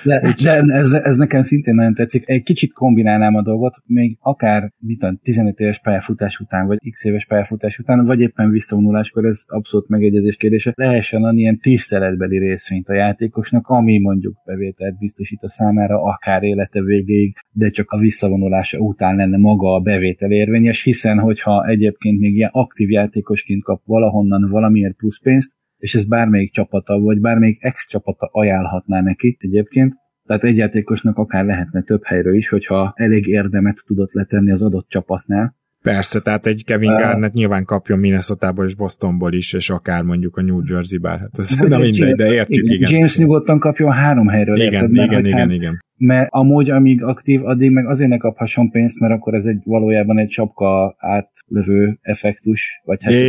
de ez nekem szintén nagyon tetszik. Egy kicsit kombinálnám a dolgot, még akár 15 éves pályafutás után, vagy x éves pályafutás után, vagy éppen visszavonuláskor, ez abszolút megegyezés kérdése, lehessen adni ilyen tiszteletbeli részvényt a játékosnak, ami mondjuk bevételt biztosít a számára, akár élete végéig, de csak a visszavonulása után lenne maga a bevétel érvényes, hiszen hogyha egyébként még ilyen aktív játékosként kap valahonnan valamiért plusz pénzt, és ez bármelyik csapata, vagy bármelyik ex-csapata ajánlhatná neki egyébként, tehát egy játékosnak akár lehetne több helyről is, hogyha elég érdemet tudott letenni az adott csapatnál. Persze, tehát egy Kevin Garnett nyilván kapjon Minnesotából és Bostonból is, és akár mondjuk a New Jersey-bár. Hát ez nem mindegy, de értjük, igen. James nyugodtan kapjon 3 helyről. Igen. Mert amúgy, amíg aktív, addig meg azért ne kaphasson pénzt, mert akkor ez valójában egy sapka átlövő effektus. Vagy hát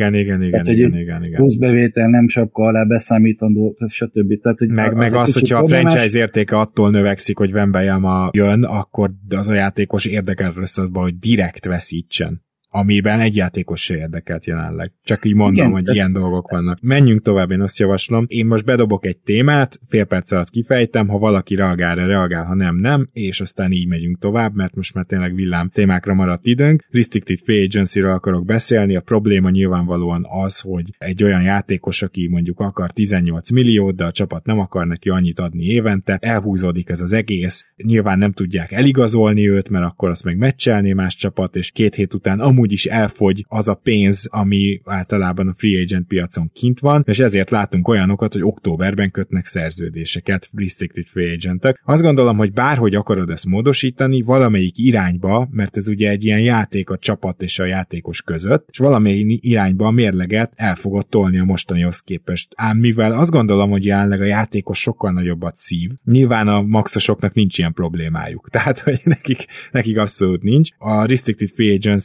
igen. Plusz bevétel, nem sapka alá beszámítandó, stb. Tehát, hogy meg az, hogyha a franchise értéke attól növekszik, hogy Wembanyama jön, akkor az a játékos érdekel lesz abban, hogy direkt veszítsen. Amiben egy játékos se érdekelt jelenleg. Csak így mondom, igen, hogy ilyen dolgok vannak. Menjünk tovább, én azt javaslom. Én most bedobok egy témát, fél perc alatt kifejtem, ha valaki reagál, ha nem, és aztán így megyünk tovább, mert most már tényleg villám témákra maradt időnk. Restricted Free Agency-ről akarok beszélni. A probléma nyilvánvalóan az, hogy egy olyan játékos, aki mondjuk akar 18 milliót, de a csapat nem akar neki annyit adni évente, elhúzódik ez az egész. Nyilván nem tudják eligazolni őt, mert akkor azt meg meccselné más csapat, és 2 hét után amúgy is elfogy az a pénz, ami általában a free agent piacon kint van, és ezért látunk olyanokat, hogy októberben kötnek szerződéseket restricted free agentek. Azt gondolom, hogy bárhogy akarod ezt módosítani, valamelyik irányba, mert ez ugye egy ilyen játék a csapat és a játékos között, és valamelyik irányba a mérleget el fogod tolni a mostanihoz képest. Ám mivel azt gondolom, hogy jelenleg a játékos sokkal nagyobbat szív, nyilván a maxosoknak nincs ilyen problémájuk. Tehát, hogy nekik abszolút nincs. A restricted free agency-re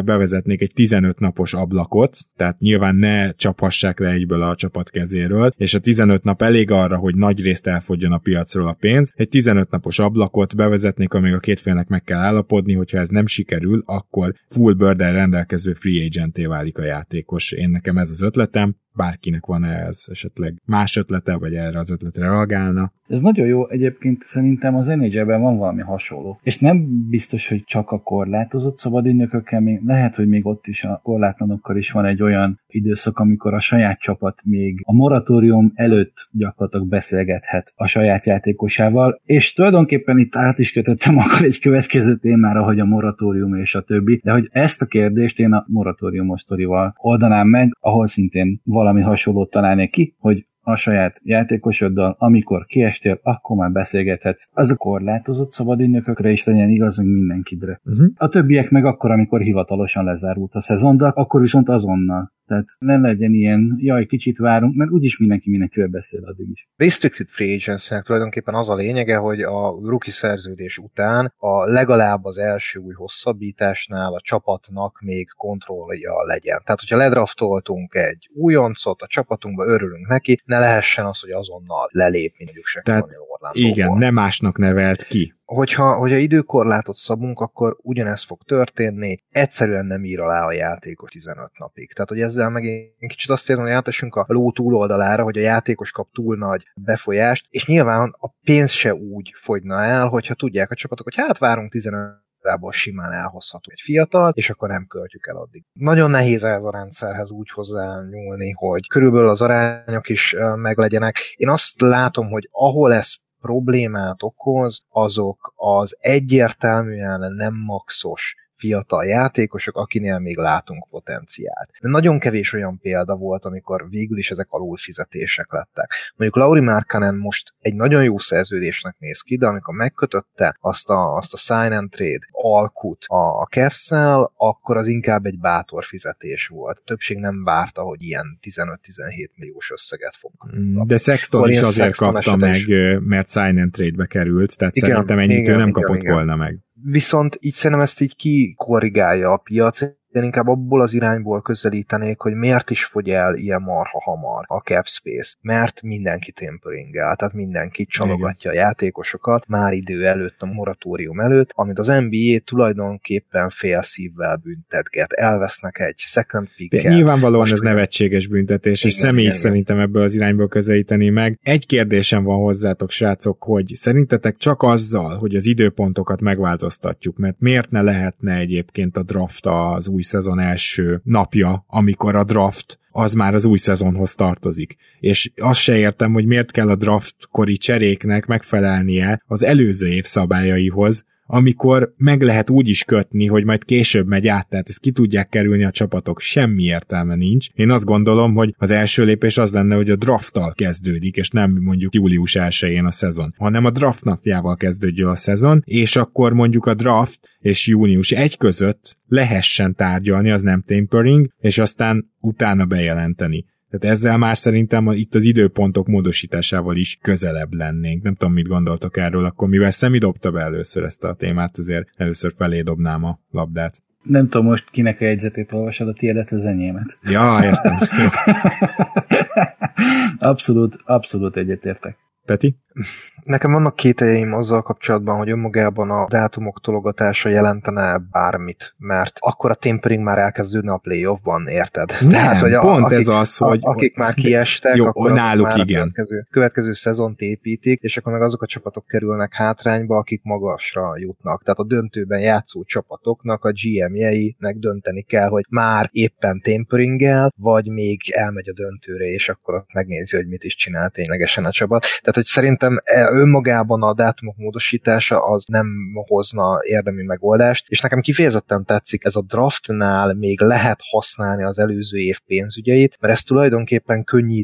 bevezetnék egy 15 napos ablakot, tehát nyilván ne csaphassák le egyből a csapat kezéről, és a 15 nap elég arra, hogy nagy részt elfogjon a piacról a pénz. Egy 15 napos ablakot bevezetnék, amíg a két félnek meg kell állapodni, hogyha ez nem sikerül, akkor full bird-el rendelkező free agenté válik a játékos. Én nekem ez az ötletem. Bárkinek van ez esetleg más ötlete, vagy erre az ötletre reagálna. Ez nagyon jó, egyébként szerintem az NHL-ben van valami hasonló. És nem biztos, hogy csak a korlátozott szabadügynökökkel, lehet, hogy még ott is a korlátlanokkal is van egy olyan időszak, amikor a saját csapat még a moratórium előtt gyakorlatilag beszélgethet a saját játékosával, és tulajdonképpen itt át is kötöttem akkor egy következő témára, hogy a moratórium és a többi, de hogy ezt a kérdést én a moratóriumos sztorival oldanám meg, ahol szintén valami hasonlót találnék ki, hogy a saját játékosoddal, amikor kiestél, akkor már beszélgethetsz. Az a korlátozott szabadügynökökre is legyen igaz, hogy mindenkidre. A többiek meg akkor, amikor hivatalosan lezárult a szezon, de akkor viszont azonnal. Tehát ne legyen ilyen, jaj, kicsit várunk, mert úgyis mindenkivel beszél addig is. Restricted Free Agency-nek tulajdonképpen az a lényege, hogy a rookie szerződés után legalább az első új hosszabbításnál a csapatnak még kontrollja legyen. Tehát, hogyha ledraftoltunk egy újoncot a csapatunkba, örülünk neki, ne lehessen az, hogy azonnal lelépni mondjuk se. Tehát igen, nem másnak nevelt ki. Hogyha időkorlátot szabunk, akkor ugyanezt fog történni, egyszerűen nem ír alá a játékos 15 napig. Tehát, hogy ezzel meg én kicsit azt érzem, hogy átesünk a ló túloldalára, hogy a játékos kap túl nagy befolyást, és nyilván a pénz se úgy fogyna el, hogyha tudják a csapatok, hogy hát várunk 15 simán elhozható egy fiatal, és akkor nem költjük el addig. Nagyon nehéz ehhez a rendszerhez úgy hozzányúlni, hogy körülbelül az arányok is meglegyenek. Én azt látom, hogy ahol ez problémát okoz, azok az egyértelműen nem maxos fiatal játékosok, akinél még látunk potenciált. De nagyon kevés olyan példa volt, amikor végül is ezek alulfizetések lettek. Mondjuk Lauri Markkanen most egy nagyon jó szerződésnek néz ki, de amikor megkötötte azt a sign and trade alkut a Cavs-szel, akkor az inkább egy bátor fizetés volt. A többség nem várta, hogy ilyen 15-17 milliós összeget fog kapni. De Sexton is azért kapta meg, mert sign and trade-be került, tehát igen, szerintem ennyit ő nem kapott volna meg. Viszont így szerintem ezt így kikorrigálja a piac, én inkább abból az irányból közelítenék, hogy miért is fogy el ilyen marha hamar a cap space. Mert mindenki temperinggel, tehát mindenki csalogatja a játékosokat már idő előtt, a moratórium előtt, amit az NBA tulajdonképpen fél szívvel büntetget. Elvesznek egy second picket. Nyilvánvalóan ez nevetséges büntetés, és személy szerintem ebből az irányból közelíteni meg. Egy kérdésem van hozzátok, srácok, hogy szerintetek csak azzal, hogy az időpontokat megváltoztatjuk, mert miért ne lehetne egyébként a draft az új szezon első napja, amikor a draft az már az új szezonhoz tartozik. És azt se értem, hogy miért kell a draftkori cseréknek megfelelnie az előző év szabályaihoz, amikor meg lehet úgy is kötni, hogy majd később megy át, tehát ezt ki tudják kerülni a csapatok, semmi értelme nincs. Én azt gondolom, hogy az első lépés az lenne, hogy a drafttal kezdődik, és nem mondjuk július 1-én a szezon, hanem a draft napjával kezdődjön a szezon, és akkor mondjuk a draft és június 1 között lehessen tárgyalni, az nem tampering, és aztán utána bejelenteni. Tehát ezzel már szerintem itt az időpontok módosításával is közelebb lennénk. Nem tudom, mit gondoltok erről, akkor mivel Szemi dobta be először ezt a témát, azért először felé dobnám a labdát. Nem tudom, most kinek a jegyzetét olvasod, a tiédet, az enyémet. Ja, értem. abszolút egyetértek. Peti? Nekem vannak kételjeim azzal kapcsolatban, hogy önmagában a dátumok tologatása jelentene bármit, mert akkor a tempering már elkezdődne a playoffban, érted? Nem, tehát, hogy pont ez az, hogy... Akik már kiestek, jó, akkor náluk már igen. A következő szezont építik, és akkor meg azok a csapatok kerülnek hátrányba, akik magasra jutnak. Tehát a döntőben játszó csapatoknak, a GM-jeinek dönteni kell, hogy már éppen temperinggel, vagy még elmegy a döntőre, és akkor ott megnézi, hogy mit is csinál ténylegesen a csapat. Tehát, hogy szerintem önmagában a dátumok módosítása az nem hozna érdemi megoldást, és nekem kifejezetten tetszik, ez a draftnál még lehet használni az előző év pénzügyeit, mert ez tulajdonképpen könnyíti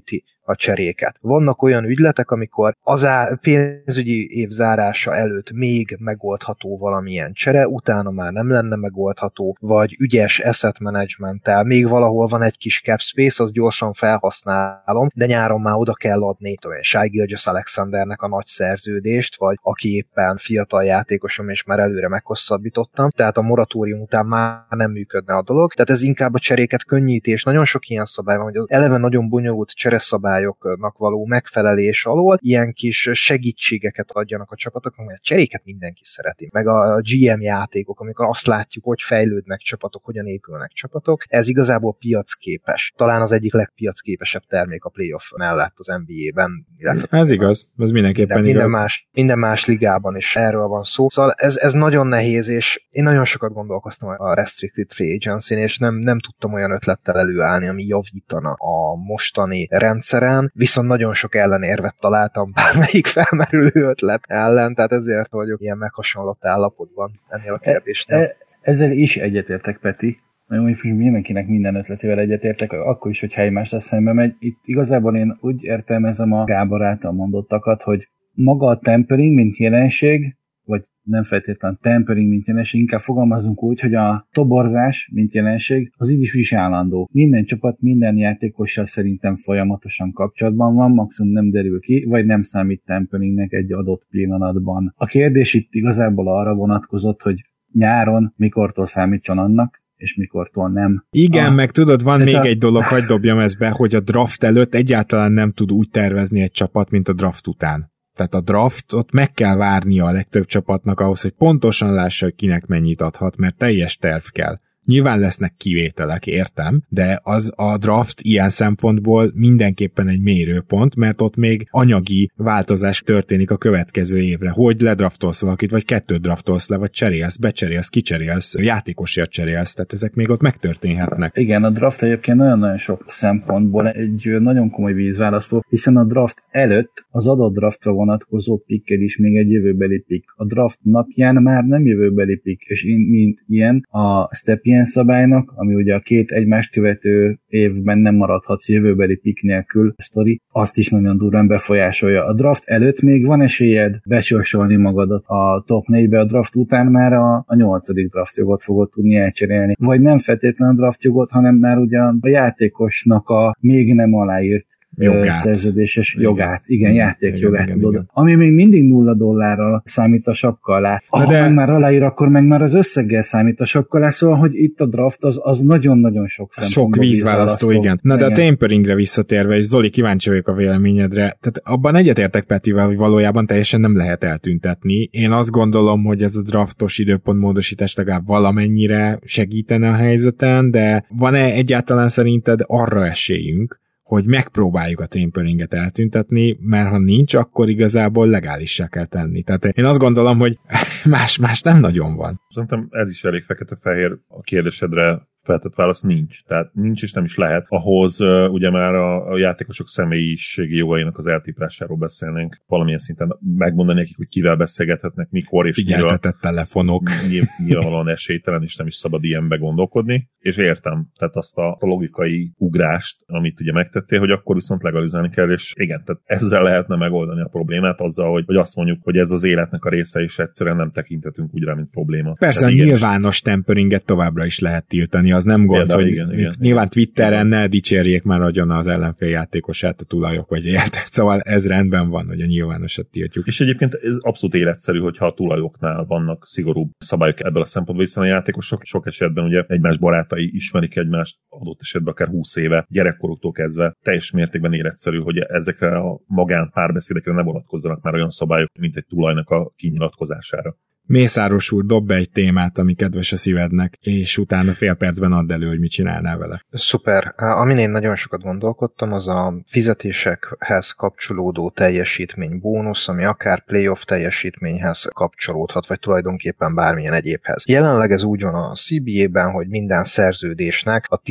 a cseréket. Vannak olyan ügyletek, amikor az pénzügyi év zárása előtt még megoldható valamilyen csere, utána már nem lenne megoldható, vagy ügyes asset managementtel, még valahol van egy kis cap space, az gyorsan felhasználom, de nyáron már oda kell adni Shai Gilgeous-Alexandernek a nagy szerződést, vagy aki éppen fiatal játékosom, és már előre meghosszabbítottam, tehát a moratórium után már nem működne a dolog, tehát ez inkább a cseréket könnyítés. Nagyon sok ilyen szabály van, hogy az eleve nagyon bonyolult csereszabályoknak való megfelelés alól ilyen kis segítségeket adjanak a csapatoknak, mert a cseréket mindenki szereti. Meg a GM játékok, amikor azt látjuk, hogy fejlődnek csapatok, hogyan épülnek csapatok, ez igazából piacképes. Talán az egyik legpiacképesebb termék a playoff mellett az NBA-ben. Ez igaz, ez mindenképpen igaz. Minden más ligában is erről van szó. Szóval ez nagyon nehéz, és én nagyon sokat gondolkoztam a Restricted Free Agency-n, és nem tudtam olyan ötlettel előállni, ami javítana a mostani rendszeren, viszont nagyon sok ellenérvet találtam bármelyik felmerülő ötlet ellen, tehát ezért vagyok ilyen meghasonlott állapotban ennél a kérdésnél. Ezzel is egyetértek, Peti. Mindenkinek minden ötletével egyetértek, akkor is, hogyha egymással szembe megy. Itt igazából én úgy értelmezem a Gábor által mondottakat, hogy maga a tempering, mint jelenség, vagy nem feltétlenül tempering, mint jelenség, inkább fogalmazunk úgy, hogy a toborzás, mint jelenség, az így is állandó. Minden csapat, minden játékossal szerintem folyamatosan kapcsolatban van, maximum nem derül ki, vagy nem számít temperingnek egy adott pillanatban. A kérdés itt igazából arra vonatkozott, hogy nyáron mikortól számítson annak, és mikortól nem. Igen, meg tudod, van még egy dolog, hagyd dobjam ezt be, hogy a draft előtt egyáltalán nem tud úgy tervezni egy csapat, mint a draft után. Tehát a draftot meg kell várnia a legtöbb csapatnak ahhoz, hogy pontosan lássa, hogy kinek mennyit adhat, mert teljes terv kell. Nyilván lesznek kivételek, értem, de az a draft ilyen szempontból mindenképpen egy mérőpont, mert ott még anyagi változás történik a következő évre, hogy ledraftolsz valakit, vagy 2 draftolsz le, vagy cserélsz, becserélsz, kicserélsz, játékosért cserélsz, tehát ezek még ott megtörténhetnek. Igen, a draft egyébként nagyon-nagyon sok szempontból egy nagyon komoly vízválasztó, hiszen a draft előtt az adott draftra vonatkozó picked is még egy jövőbeli pick. A draft napján már nem jövőbeli pick, és mint ilyen a step ilyen szabálynak, ami ugye a 2 egymást követő évben nem maradhatsz jövőbeli pick nélkül, sztori, azt is nagyon durván befolyásolja. A draft előtt még van esélyed besorsolni magadat a top 4-be, a draft után már a 8. draftjogot fogod tudni elcserélni. Vagy nem feltétlenül a draftjogot, hanem már ugye a játékosnak a még nem aláírt szerződéses jogát, játékjogát tudod. Igen. Ami még mindig $0 számít a sapka alá. Ha már aláír, akkor meg már az összeggel számít a sapka alá, szóval, hogy itt a draft az nagyon-nagyon sok szempontból. Sok vízválasztó, igen. Na de a temperingre visszatérve, és Zoli, kíváncsi vagyok a véleményedre, tehát abban egyetértek Petivel, hogy valójában teljesen nem lehet eltüntetni. Én azt gondolom, hogy ez a draftos időpontmódosítás legalább valamennyire segítene a helyzeten, de van-e egyáltalán szerinted arra esélyünk, hogy megpróbáljuk a temperinget eltüntetni, mert ha nincs, akkor igazából legálissá kell tenni. Tehát én azt gondolom, hogy más nem nagyon van. Szerintem ez is elég fekete-fehér a kérdésedre feltett válasz nincs. Tehát nincs és nem is lehet. Ahhoz ugye már a játékosok személyiségi jogainak az eltiprásáról beszélnénk. Valamilyen szinten megmondani nekik, hogy kivel beszélgethetnek, mikor és figyeltetett telefonok. Nyilvánvalóan esélytelen, és nem is szabad ilyenbe gondolkodni. És értem, tehát azt a logikai ugrást, amit ugye megtettél, hogy akkor viszont legalizálni kell, és igen, tehát ezzel lehetne megoldani a problémát, azzal, hogy azt mondjuk, hogy ez az életnek a része, és egyszerűen nem tekintetünk úgy rá, mint probléma. Persze, nyilvános temperinget továbbra is lehet tiltani, az nem gond, hogy igen. Nyilván Twitteren ne dicsérjék már nagyon az ellenfél játékosát a tulajok vagy érted. Szóval ez rendben van, hogy a nyilvánosat tiltjuk. És egyébként ez abszolút életszerű, hogyha a tulajoknál vannak szigorúbb szabályok ebből a szempontból, hiszen a játékosok sok esetben ugye egymás barátai ismerik egymást, adott esetben akár 20 éve, gyerekkoruktól kezdve teljes mértékben életszerű, hogy ezekre a magán párbeszédekre ne vonatkozzanak már olyan szabályok, mint egy tulajnak a kinyilatkozására. Mészáros úr, dob be egy témát, ami kedves a szívednek, és utána fél percben add elő, hogy mit csinálnál vele. Szuper. Amin én nagyon sokat gondolkodtam, az a fizetésekhez kapcsolódó teljesítmény bónusz, ami akár playoff teljesítményhez kapcsolódhat, vagy tulajdonképpen bármilyen egyébhez. Jelenleg ez úgy van a CBA-ben, hogy minden szerződésnek a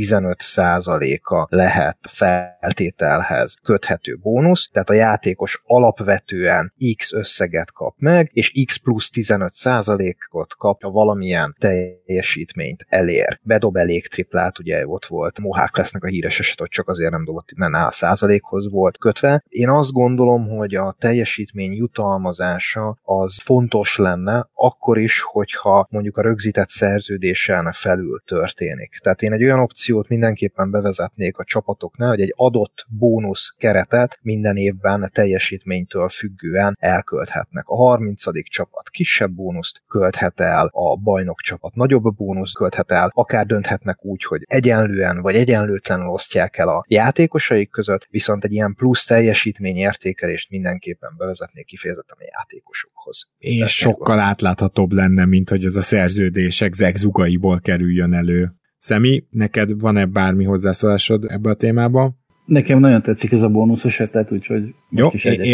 15%-a lehet feltételhez köthető bónusz, tehát a játékos alapvetően X összeget kap meg, és X plusz 15% százalékot kap, ha valamilyen teljesítményt elér. Bedob elég triplát, ugye ott volt Mohák lesznek a híres eset, hogy csak azért nem dobott, mert a százalékhoz volt kötve. Én azt gondolom, hogy a teljesítmény jutalmazása az fontos lenne, akkor is, hogyha mondjuk a rögzített szerződésen felül történik. Tehát én egy olyan opciót mindenképpen bevezetnék a csapatoknál, hogy egy adott bónusz keretet minden évben teljesítménytől függően elkölthetnek. A 30. csapat kisebb bónuszt költhet el, a bajnok csapat nagyobb bónuszt költhet el, akár dönthetnek úgy, hogy egyenlően vagy egyenlőtlenül osztják el a játékosaik között, viszont egy ilyen plusz teljesítményértékelést mindenképpen bevezetnék kifejezetten a játékosokhoz. És sokkal átláthatóbb lenne, mint hogy ez a szerződések zegzugaiból kerüljön elő. Szemi, neked van-e bármi hozzászólásod ebbe a témába? Nekem nagyon tetszik ez a bónuszos ötlet, úgyhogy jó,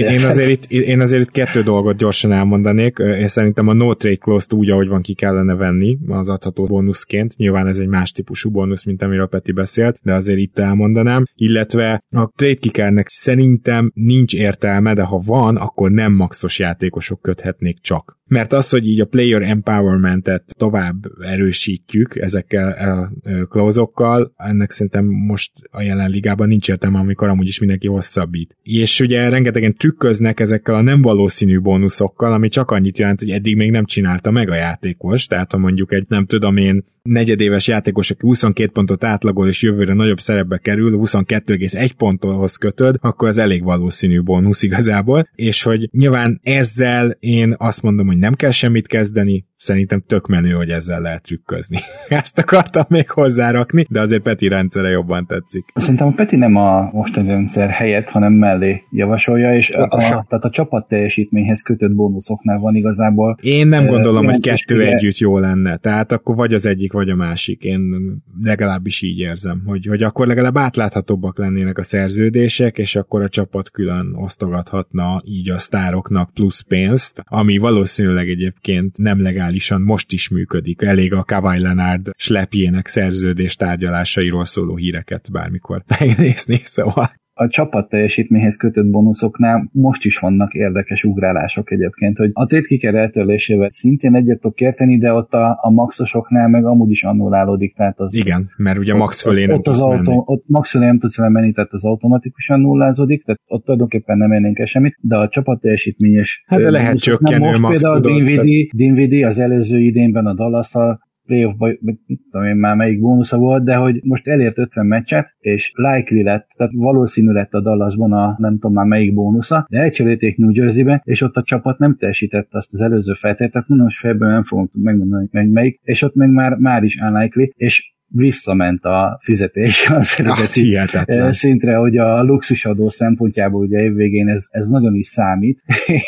én azért itt 2 dolgot gyorsan elmondanék. Én szerintem a no trade clause-t úgy, ahogy van, ki kellene venni az adható bónuszként. Nyilván ez egy más típusú bónusz, mint amiről Peti beszélt, de azért itt elmondanám. Illetve a trade kickernek szerintem nincs értelme, de ha van, akkor nem maxos játékosok köthetnék csak. Mert az, hogy így a player empowermentet tovább erősítjük ezekkel a klauzokkal, ennek szerintem most a jelen ligában nincs értelme, amikor amúgy is mindenki hosszabbít. És ugye rengetegen trükköznek ezekkel a nem valószínű bónuszokkal, ami csak annyit jelent, hogy eddig még nem csinálta meg a játékos, tehát ha mondjuk egy, nem tudom én, negyedéves játékos, aki 22 pontot átlagol, és jövőre nagyobb szerepbe kerül, 22,1 ponthoz kötöd, akkor az elég valószínű bónusz igazából, és hogy nyilván ezzel én azt mondom, hogy nem kell semmit kezdeni, szerintem tök menő, hogy ezzel lehet trükközni. Ezt akartam még hozzárakni, de azért Peti rendszere jobban tetszik. Szerintem a Peti nem a mostani rendszer helyett, hanem mellé javasolja, és tehát a csapat teljesítményhez kötött bónuszoknál van igazából. Én nem gondolom, hogy 2 együtt jó lenne, tehát akkor vagy az egyik, vagy a másik. Én legalábbis így érzem, hogy akkor legalább átláthatóbbak lennének a szerződések, és akkor a csapat külön osztogathatna így a sztároknak plusz pénzt, ami valószínűleg egyébként nem legálisan most is működik. Elég a Kawhi Leonard slepjének szerződés tárgyalásairól szóló híreket bármikor megnézni, szóval. A csapat teljesítményhez kötött bónuszoknál most is vannak érdekes ugrálások egyébként, hogy a trade kicker eltörlésével szintén egyet tudok érteni, de ott a maxosoknál meg amúgy is annulálódik. Tehát az, igen, mert ugye max fölé nem tudsz menni. Ott max fölé nem tudsz menni, tehát az automatikusan nullázódik, tehát ott tulajdonképpen nem érnénk el semmit, de a csapat teljesítményes... Hát de lehet csökkenő most max, például Dinwiddie az előző idénben a Dallasszal playoffban, mit tudom én már melyik bónusza volt, de hogy most elért 50 meccset, és likely lett, tehát valószínű lett a Dallasban a nem tudom már melyik bónusza, de elcserélték New Jerseybe, és ott a csapat nem teljesítette azt az előző feltételt, most fejből nem fogom megmondani, hogy melyik, és ott meg már is unlikely, és visszament a fizetés az eredeti szintre, hogy a luxusadó szempontjából ugye évvégén ez nagyon is számít,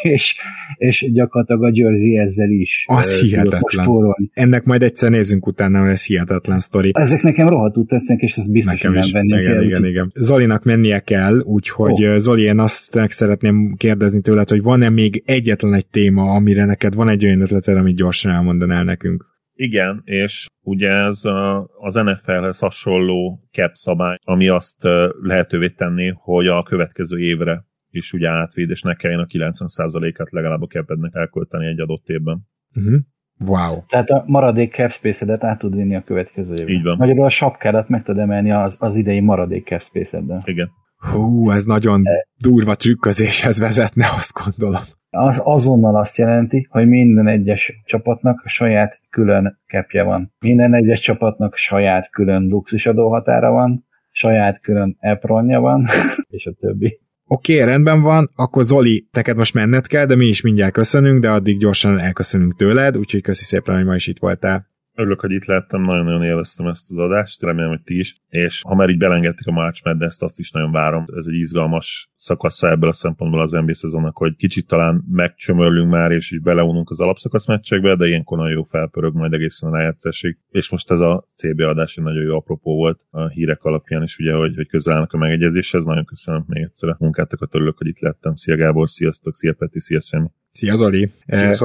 és gyakorlatilag a Jersey ezzel is az hihetetlen. Ennek majd egyszer nézzünk utána, hogy ez hihetetlen sztori. Ezek nekem rohadtul tetszenek, és ez biztos, hogy nem venni kell. Igen. Zolinak mennie kell, úgyhogy Zoli, én azt szeretném kérdezni tőled, hogy van-e még egyetlen egy téma, amire neked van egy olyan ötleted, amit gyorsan elmondanál nekünk? Igen, és ugye ez az NFL-hez hasonló cap szabály, ami azt lehetővé tenni, hogy a következő évre is ugye átvéd, és ne kelljen a 90%-át legalább a capednek elkölteni egy adott évben. Uh-huh. Wow. Tehát a maradék cap space-edet át tud vinni a következő évre. Így van. Magyarul a sapkádat meg tud emelni az idei maradék cap space-eddel. Igen. Hú, ez nagyon durva trükközéshez vezetne, azt gondolom. Az azonnal azt jelenti, hogy minden egyes csapatnak saját külön capje van. Minden egyes csapatnak saját külön luxusadó határa van, saját külön apronja van, és a többi. Oké, rendben van, akkor Zoli, neked most menned kell, de mi is mindjárt köszönünk, de addig gyorsan elköszönünk tőled, úgyhogy köszi szépen, hogy ma is itt voltál. Örülök, hogy itt lettem, nagyon-nagyon élveztem ezt az adást, remélem, hogy ti is, és ha már így belengedték a March Madness-t, azt is nagyon várom. Ez egy izgalmas szakasza ebből a szempontból az NBA szezonnak, hogy kicsit talán megcsömörlünk már, és is beleununk az alapszakasz meccsekbe, de ilyenkor nagyon jó felpörög majd egészen a rájátszásig. És most ez a CB adás egy nagyon jó apropó volt a hírek alapján, és ugye, hogy közel állnak a megegyezéshez. Nagyon köszönöm még egyszer a munkátokat, örülök, hogy itt lettem. Szia Gábor, sziasztok, szia Peti, szia Szemi. Szia Zoli. Szia Zoli.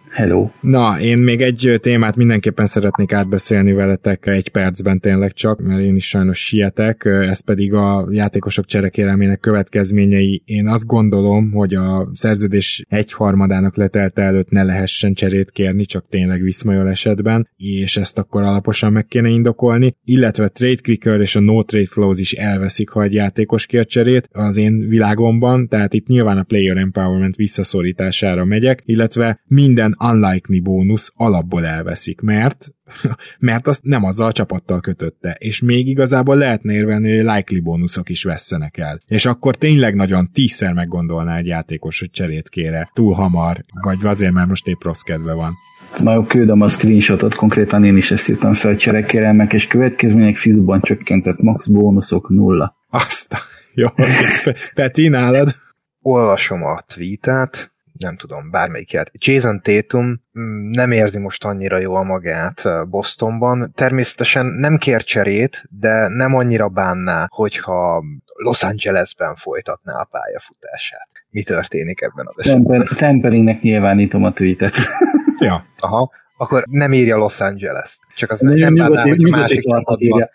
Hello. Na, én még egy témát mindenképpen szeretnék átbeszélni veletek egy percben tényleg csak, mert én is sajnos sietek, ez pedig a játékosok cserekérelmének következményei. Én azt gondolom, hogy a szerződés 1/3 letelte előtt ne lehessen cserét kérni, csak tényleg viszmajor esetben, és ezt akkor alaposan meg kéne indokolni, illetve a trade clicker és a no trade clause is elveszik, ha egy játékos kér cserét az én világomban, tehát itt nyilván a player empowerment visszaszorítására megyek, illetve minden unlikely bónusz alapból elveszik, mert azt nem azzal a csapattal kötötte, és még igazából lehetne érvelni, hogy likely bónuszok is vesszenek el. És akkor tényleg nagyon 10-szer meggondolná egy játékos, hogy cserét kére túl hamar, vagy azért, mert most épp rossz kedve van. Na jó, küldöm a screenshotot, konkrétan én is ezt írtam fel, cserekérelmek és következmények fizuban csökkentett max bónuszok 0. Jó, Peti, nálad? Olvasom a tweetet, nem tudom, bármelyik ját. Jason Tatum nem érzi most annyira jól magát Bostonban. Természetesen nem kér cserét, de nem annyira bánná, hogyha Los Angelesben folytatná a pályafutását. Mi történik ebben az esetben? Temperingnek nyilvánítom a tweetet. Ja. Aha. Akkor nem írja Los Angeles. Csak az nem bánná, hogy másik csapatban.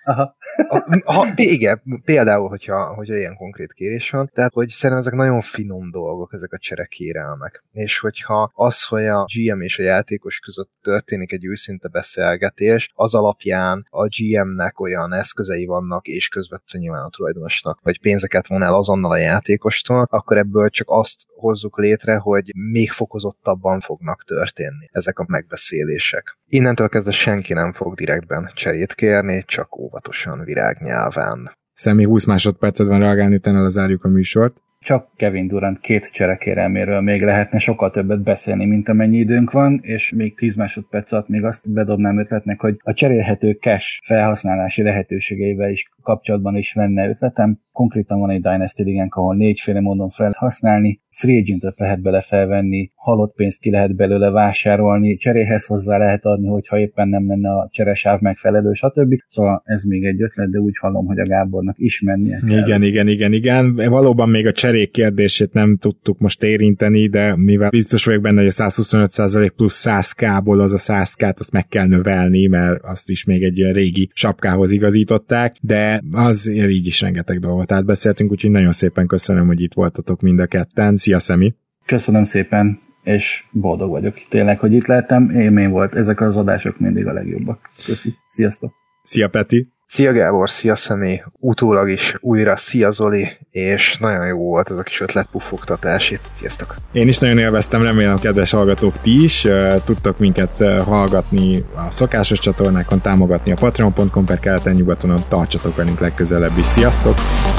Igen, például, hogyha ilyen konkrét kérés van, tehát hogy szerintem ezek nagyon finom dolgok, ezek a cserekérelmek. És hogyha az, hogy a GM és a játékos között történik egy őszinte beszélgetés, az alapján a GM-nek olyan eszközei vannak, és közvetlenül nyilván a tulajdonosnak, hogy pénzeket von el azonnal a játékostól, akkor ebből csak azt hozzuk létre, hogy még fokozottabban fognak történni ezek a megbeszélések. Innentől kezdve senki nem fog direktben cserét kérni, csak óvatosan virágnyelven. Személy 20 másodpercet van reagálni, utána lezárjuk a műsort. Csak Kevin Durant 2 cserekérelméről még lehetne sokkal többet beszélni, mint amennyi időnk van, és még 10 másodperc alatt még azt bedobnám ötletnek, hogy a cserélhető cash felhasználási lehetőségeivel is kapcsolatban is lenne ötletem. Konkrétan van egy Dynasty ligánk, ahol 4 módon felhasználni, free agentet lehet bele felvenni, halott pénzt ki lehet belőle vásárolni, cseréhez hozzá lehet adni, hogyha éppen nem lenne a cseresáv megfelelő, stb. Szóval ez még egy ötlet, de úgy hallom, hogy a Gábornak is mennie kell. Igen. Valóban még a cserék kérdését nem tudtuk most érinteni, de mivel biztos vagyok benne, hogy a 125% plusz 100k-ból az a 100k-t azt meg kell növelni, mert azt is még egy ilyen régi sapkához igazították, de azért így is rengeteg dolgot átbeszéltünk, úgyhogy nagyon szépen köszönöm, hogy itt voltatok mind a ketten. Szia, Szemi! Köszönöm szépen, és boldog vagyok tényleg, hogy itt lehetem. Élmény volt, ezek az adások mindig a legjobbak. Köszi, sziasztok! Szia, Peti! Szia, Gábor, szia, Szemi! Utólag is újra szia, Zoli, és nagyon jó volt ez a kis ötletpuffogtatás itt. Sziasztok! Én is nagyon élveztem, remélem, kedves hallgatók, ti is tudtok minket hallgatni a szokásos csatornákon, támogatni a patreon.com/keleten-nyugatonon, tartsatok velünk legközelebb is. Sziasztok!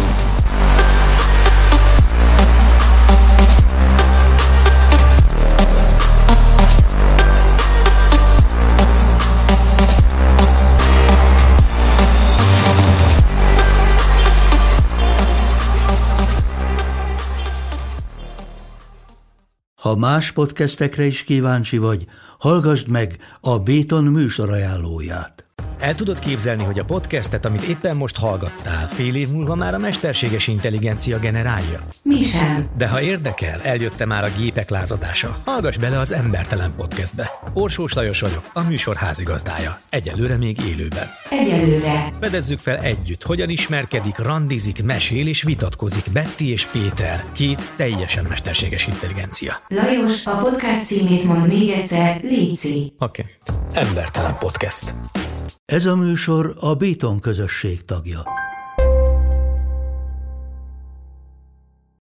Ha más podcastekre is kíváncsi vagy, hallgassd meg a Béton műsor ajánlóját. El tudod képzelni, hogy a podcastet, amit éppen most hallgattál, fél év múlva már a mesterséges intelligencia generálja? Mi sem. De ha érdekel, eljött már a gépek lázadása. Hallgass bele az Embertelen Podcastbe. Orsós Lajos vagyok, a műsor házigazdája. Egyelőre még élőben. Egyelőre. Fedezzük fel együtt, hogyan ismerkedik, randizik, mesél és vitatkozik Betty és Péter, 2 teljesen mesterséges intelligencia. Lajos, a podcast címét mond még egyszer, léci. Oké. Embertelen Podcast. Ez a műsor a Béton közösség tagja.